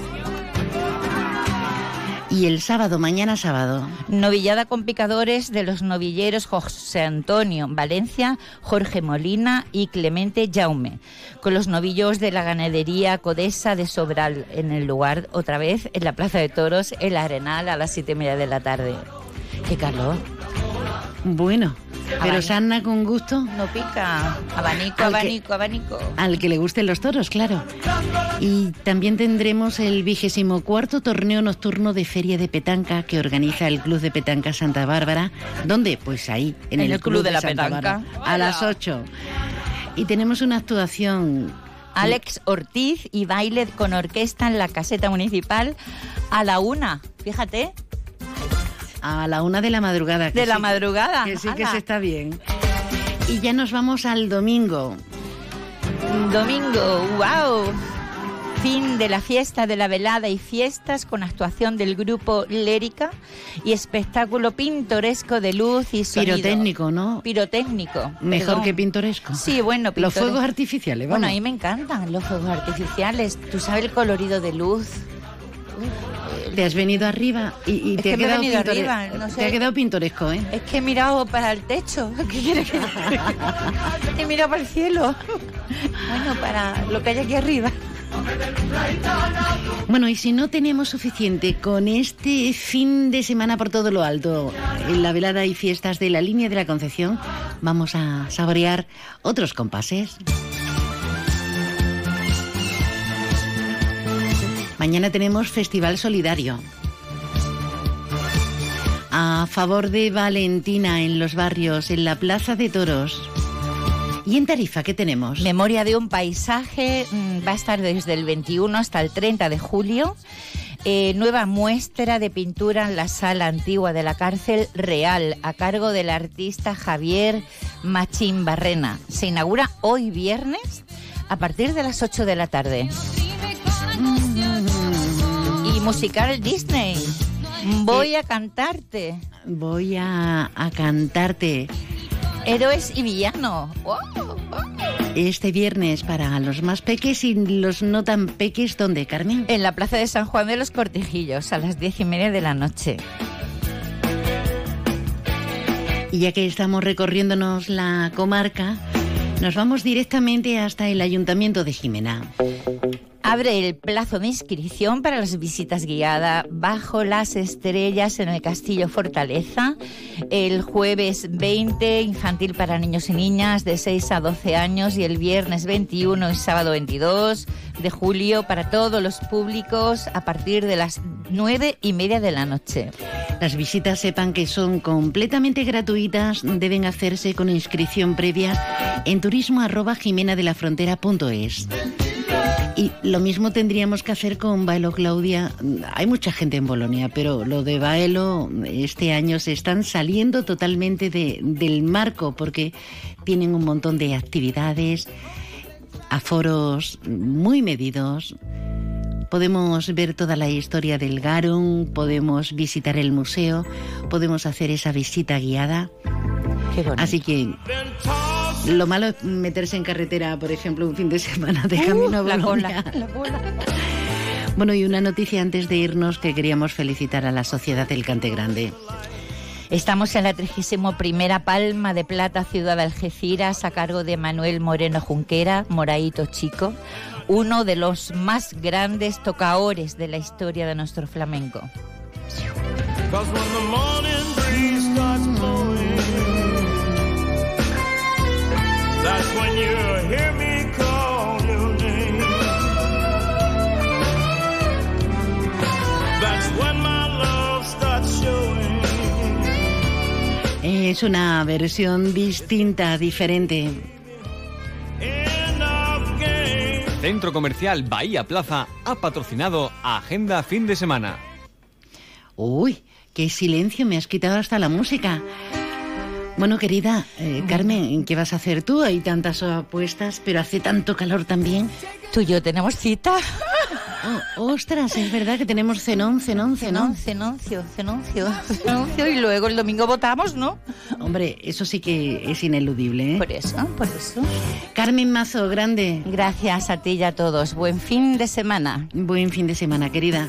Y el sábado, mañana sábado, novillada con picadores de los novilleros José Antonio Valencia, Jorge Molina y Clemente Jaume, con los novillos de la ganadería Codesa de Sobral, en el lugar, otra vez, en la Plaza de Toros, El Arenal, a las 7:30 de la tarde. ¡Qué calor! Bueno, pero sarna con gusto. No pica. Abanico. Al que le gusten los toros, claro. Y también tendremos el 24º torneo nocturno de Feria de Petanca que organiza el Club de Petanca Santa Bárbara. ¿Dónde? Pues ahí, en el Club de la Santa Petanca. Bárbara, a las 8. Y tenemos una actuación... Alex Ortiz y baile con orquesta en la Caseta Municipal a la 1. Fíjate. A la 1 de la madrugada. De la madrugada. Que sí que se está bien. Y ya nos vamos al domingo. Domingo, wow. Fin de la fiesta de la velada y fiestas con actuación del grupo Lérica y espectáculo pintoresco de luz y sonido. Pirotécnico, ¿no? Pirotécnico. Mejor perdón. Que pintoresco. Sí, bueno, los fuegos artificiales, vamos. Bueno, a mí me encantan los fuegos artificiales. Tú sabes el colorido de luz. Te has venido arriba y te ha quedado arriba, no sé. Te ha quedado pintoresco, ¿eh? Es que he mirado para el techo. ¿Qué quieres que he mirado para el cielo? Bueno, para lo que hay aquí arriba. Bueno, y si no tenemos suficiente con este fin de semana por todo lo alto, en la velada y fiestas de la Línea de la Concepción, vamos a saborear otros compases. Mañana tenemos Festival Solidario a favor de Valentina en los barrios, en la Plaza de Toros. ¿Y en Tarifa qué tenemos? Memoria de un paisaje, va a estar desde el 21 hasta el 30 de julio. Nueva muestra de pintura en la sala antigua de la cárcel Real, a cargo del artista Javier Machín Barrena. Se inaugura hoy viernes a partir de las 8 de la tarde. Y musical Disney. Voy a cantarte. Voy a cantarte. Héroes y villanos. ¡Wow! Este viernes para los más peques y los no tan peques, ¿dónde, Carmen? En la Plaza de San Juan de los Cortijillos, a las 10:30 de la noche. Y ya que estamos recorriéndonos la comarca, nos vamos directamente hasta el Ayuntamiento de Jimena. Abre el plazo de inscripción para las visitas guiadas bajo las estrellas en el Castillo Fortaleza. El jueves 20, infantil para niños y niñas de 6 a 12 años. Y el viernes 21 y sábado 22 de julio para todos los públicos a partir de las 9:30 de la noche. Las visitas, sepan que son completamente gratuitas, deben hacerse con inscripción previa en turismo@jimenadelafrontera.es. Y lo mismo tendríamos que hacer con Baelo Claudia. Hay mucha gente en Bolonia, pero lo de Baelo este año se están saliendo totalmente del marco porque tienen un montón de actividades, aforos muy medidos. Podemos ver toda la historia del Garum, podemos visitar el museo, podemos hacer esa visita guiada. Qué bonito. Así que... lo malo es meterse en carretera, por ejemplo, un fin de semana de camino a Bolonia. La cola. Bueno, y una noticia antes de irnos que queríamos felicitar a la Sociedad del Cante Grande. Estamos en la 31ª Palma de Plata Ciudad de Algeciras a cargo de Manuel Moreno Junquera, Moraito Chico, uno de los más grandes tocaores de la historia de nuestro flamenco. That's when you hear me call your name. That's when my love starts showing. Es una versión distinta, diferente. Centro Comercial Bahía Plaza ha patrocinado Agenda Fin de Semana. Uy, qué silencio, me has quitado hasta la música. Bueno, querida, Carmen, ¿qué vas a hacer tú? Hay tantas apuestas, pero hace tanto calor también. Tú y yo tenemos cita. Ostras, es verdad que tenemos cenoncio, y luego el domingo votamos, ¿no? Hombre, eso sí que es ineludible, ¿eh? Por eso. Carmen Mazo, grande. Gracias a ti y a todos. Buen fin de semana. Buen fin de semana, querida.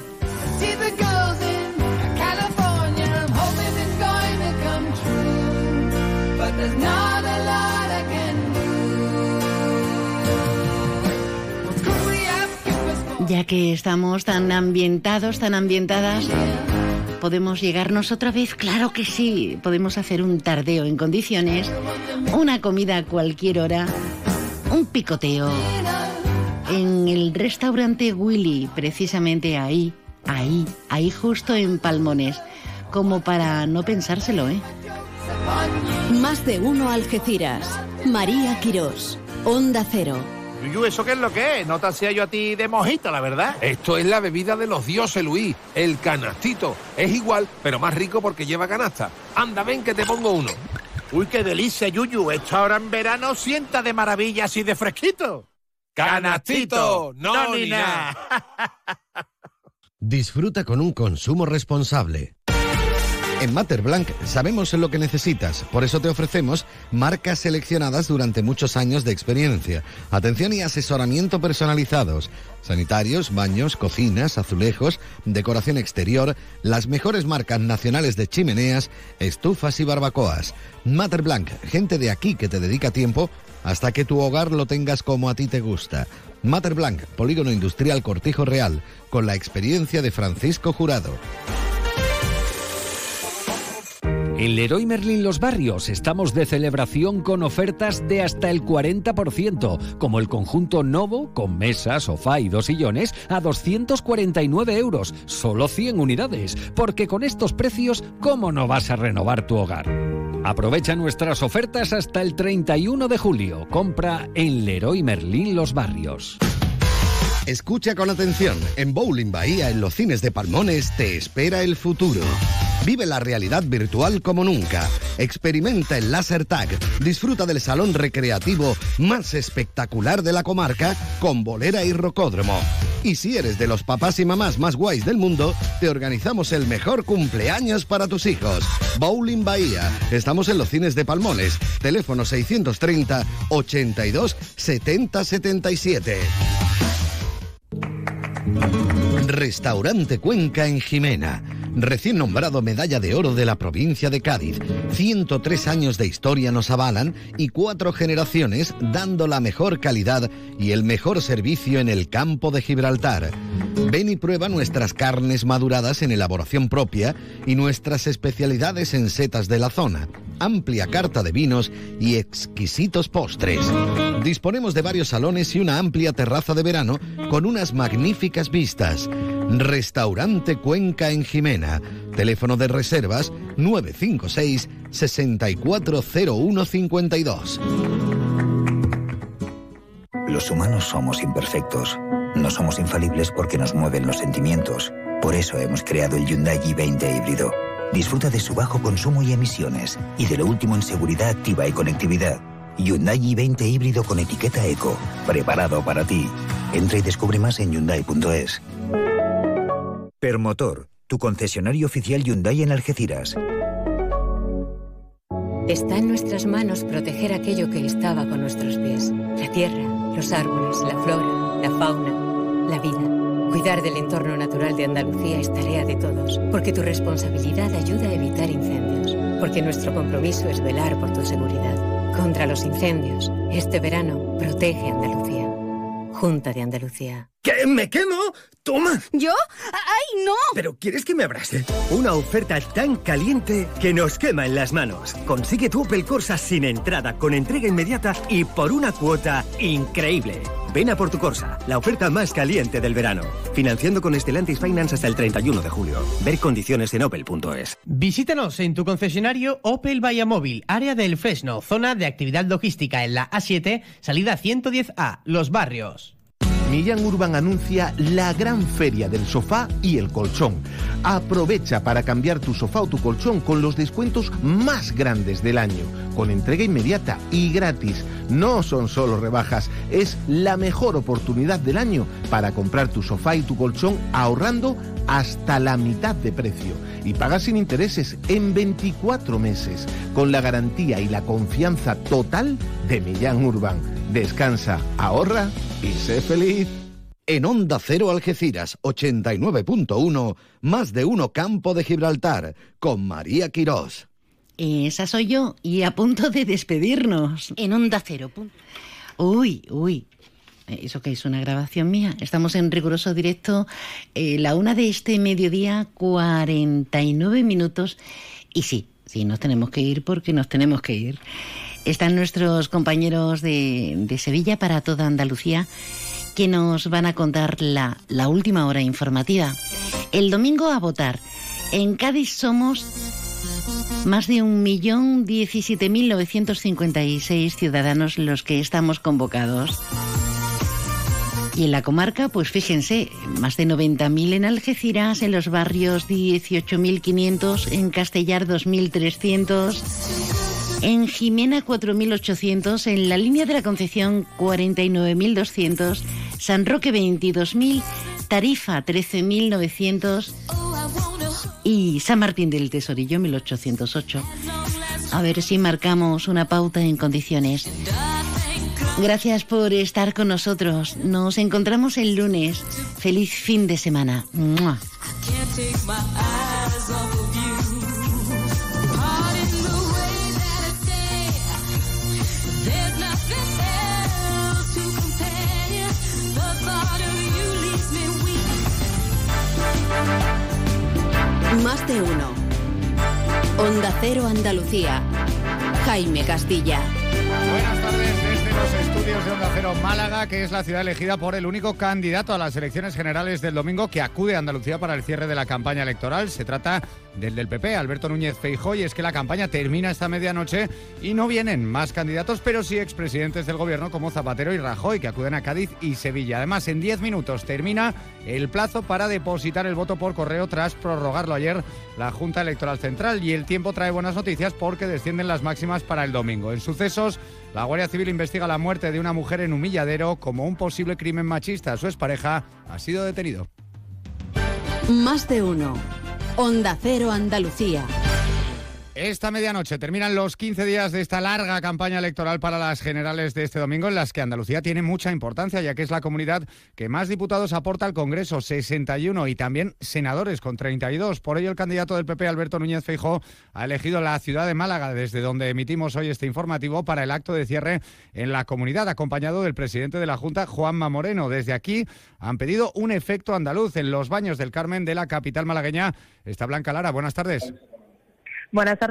Ya que estamos tan ambientados, tan ambientadas, ¿podemos llegarnos otra vez? Claro que sí. Podemos hacer un tardeo en condiciones, una comida a cualquier hora, un picoteo en el restaurante Willy, precisamente ahí justo en Palmones, como para no pensárselo, ¿eh? Más de uno Algeciras. María Quirós, Onda Cero. Yuyu, ¿eso qué es lo que es? No te hacía yo a ti de mojito, la verdad. Esto es la bebida de los dioses, Luis, el canastito. Es igual, pero más rico porque lleva canasta. Anda, ven que te pongo uno. Uy, qué delicia, Yuyu. Esto ahora en verano sienta de maravilla así de fresquito. ¡Canastito! ¡No, ni nada! Disfruta con un consumo responsable. En Mater Blanc sabemos lo que necesitas, por eso te ofrecemos marcas seleccionadas durante muchos años de experiencia, atención y asesoramiento personalizados, sanitarios, baños, cocinas, azulejos, decoración exterior, las mejores marcas nacionales de chimeneas, estufas y barbacoas. Mater Blanc, gente de aquí que te dedica tiempo hasta que tu hogar lo tengas como a ti te gusta. Mater Blanc, Polígono Industrial Cortijo Real, con la experiencia de Francisco Jurado. En Leroy Merlin Los Barrios estamos de celebración con ofertas de hasta el 40%, como el conjunto Novo con mesa, sofá y 2 sillones a 249 euros, solo 100 unidades, porque con estos precios, ¿cómo no vas a renovar tu hogar? Aprovecha nuestras ofertas hasta el 31 de julio. Compra en Leroy Merlin Los Barrios. Escucha con atención, en Bowling Bahía, en los cines de Palmones, te espera el futuro. Vive la realidad virtual como nunca. Experimenta el Laser Tag. Disfruta del salón recreativo más espectacular de la comarca con bolera y rocódromo. Y si eres de los papás y mamás más guays del mundo, te organizamos el mejor cumpleaños para tus hijos. Bowling Bahía. Estamos en los cines de Palmones. Teléfono 630 82 70 77. Restaurante Cuenca en Jimena. Recién nombrado Medalla de Oro de la provincia de Cádiz. 103 años de historia nos avalan y 4 generaciones dando la mejor calidad y el mejor servicio en el campo de Gibraltar. Ven y prueba nuestras carnes maduradas en elaboración propia y nuestras especialidades en setas de la zona. Amplia carta de vinos y exquisitos postres. Disponemos de varios salones y una amplia terraza de verano con unas magníficas vistas. Restaurante Cuenca en Jimena. Teléfono de reservas 956 640152. Los humanos somos imperfectos. No somos infalibles porque nos mueven los sentimientos. Por eso hemos creado el Hyundai i20 híbrido. Disfruta de su bajo consumo y emisiones y de lo último en seguridad activa y conectividad. Hyundai i20 híbrido con etiqueta Eco. Preparado para ti. Entra y descubre más en Hyundai.es. Permotor, tu concesionario oficial Hyundai en Algeciras. Está en nuestras manos proteger aquello que estaba con nuestros pies. La tierra, los árboles, la flora, la fauna, la vida. Cuidar del entorno natural de Andalucía es tarea de todos, porque tu responsabilidad ayuda a evitar incendios, porque nuestro compromiso es velar por tu seguridad. Contra los incendios, este verano, protege Andalucía. Junta de Andalucía. ¿Qué? ¿Me quemo? ¡Toma! ¿Yo? ¡Ay, no! ¿Pero quieres que me abrace? Una oferta tan caliente que nos quema en las manos. Consigue tu Opel Corsa sin entrada, con entrega inmediata y por una cuota increíble. Ven a por tu Corsa, la oferta más caliente del verano. Financiando con Stellantis Finance hasta el 31 de julio. Ver condiciones en opel.es. Visítanos en tu concesionario Opel Vallamóvil, área del Fresno, zona de actividad logística en la A7, salida 110A, Los Barrios. Millán Urban anuncia la gran feria del sofá y el colchón. Aprovecha para cambiar tu sofá o tu colchón con los descuentos más grandes del año, con entrega inmediata y gratis. No son solo rebajas, es la mejor oportunidad del año para comprar tu sofá y tu colchón ahorrando hasta la mitad de precio y pagar sin intereses en 24 meses, con la garantía y la confianza total de Millán Urban. Descansa, ahorra y sé feliz. En Onda Cero Algeciras 89.1, Más de Uno Campo de Gibraltar, con María Quirós. Esa soy yo, y a punto de despedirnos. En Onda Cero. Uy. ¿Eso qué es? ¿Una grabación mía? Estamos en riguroso directo, la 1 de este mediodía, 49 minutos. Y sí, nos tenemos que ir porque nos tenemos que ir. Están nuestros compañeros de Sevilla para toda Andalucía, que nos van a contar la última hora informativa. El domingo a votar. En Cádiz somos más de 1.017.956 ciudadanos los que estamos convocados. Y en la comarca, pues fíjense, más de 90.000 en Algeciras, en los barrios 18.500, en Castellar 2.300, en Jimena 4.800, en la línea de la Concepción 49.200, San Roque 22.000, Tarifa 13.900 y San Martín del Tesorillo 1.808. A ver si marcamos una pauta en condiciones. Gracias por estar con nosotros. Nos encontramos el lunes. Feliz fin de semana. ¡Mua! Más de uno. Onda Cero Andalucía. Jaime Castilla. Buenas tardes desde los estudios de Onda Cero Málaga, que es la ciudad elegida por el único candidato a las elecciones generales del domingo que acude a Andalucía para el cierre de la campaña electoral. Se trata del PP, Alberto Núñez Feijóo, y es que la campaña termina esta medianoche y no vienen más candidatos, pero sí expresidentes del gobierno como Zapatero y Rajoy, que acuden a Cádiz y Sevilla. Además, en 10 minutos termina el plazo para depositar el voto por correo tras prorrogarlo ayer la Junta Electoral Central, y el tiempo trae buenas noticias porque descienden las máximas para el domingo. En sucesos, la Guardia Civil investiga la muerte de una mujer en Humilladero como un posible crimen machista. Su expareja ha sido detenido. Más de uno. Onda Cero Andalucía. Esta medianoche terminan los 15 días de esta larga campaña electoral para las generales de este domingo, en las que Andalucía tiene mucha importancia, ya que es la comunidad que más diputados aporta al Congreso, 61, y también senadores con 32. Por ello, el candidato del PP, Alberto Núñez Feijóo, ha elegido la ciudad de Málaga, desde donde emitimos hoy este informativo, para el acto de cierre en la comunidad, acompañado del presidente de la Junta, Juanma Moreno. Desde aquí han pedido un efecto andaluz. En los Baños del Carmen de la capital malagueña está Blanca Lara. Buenas tardes. Buenas tardes.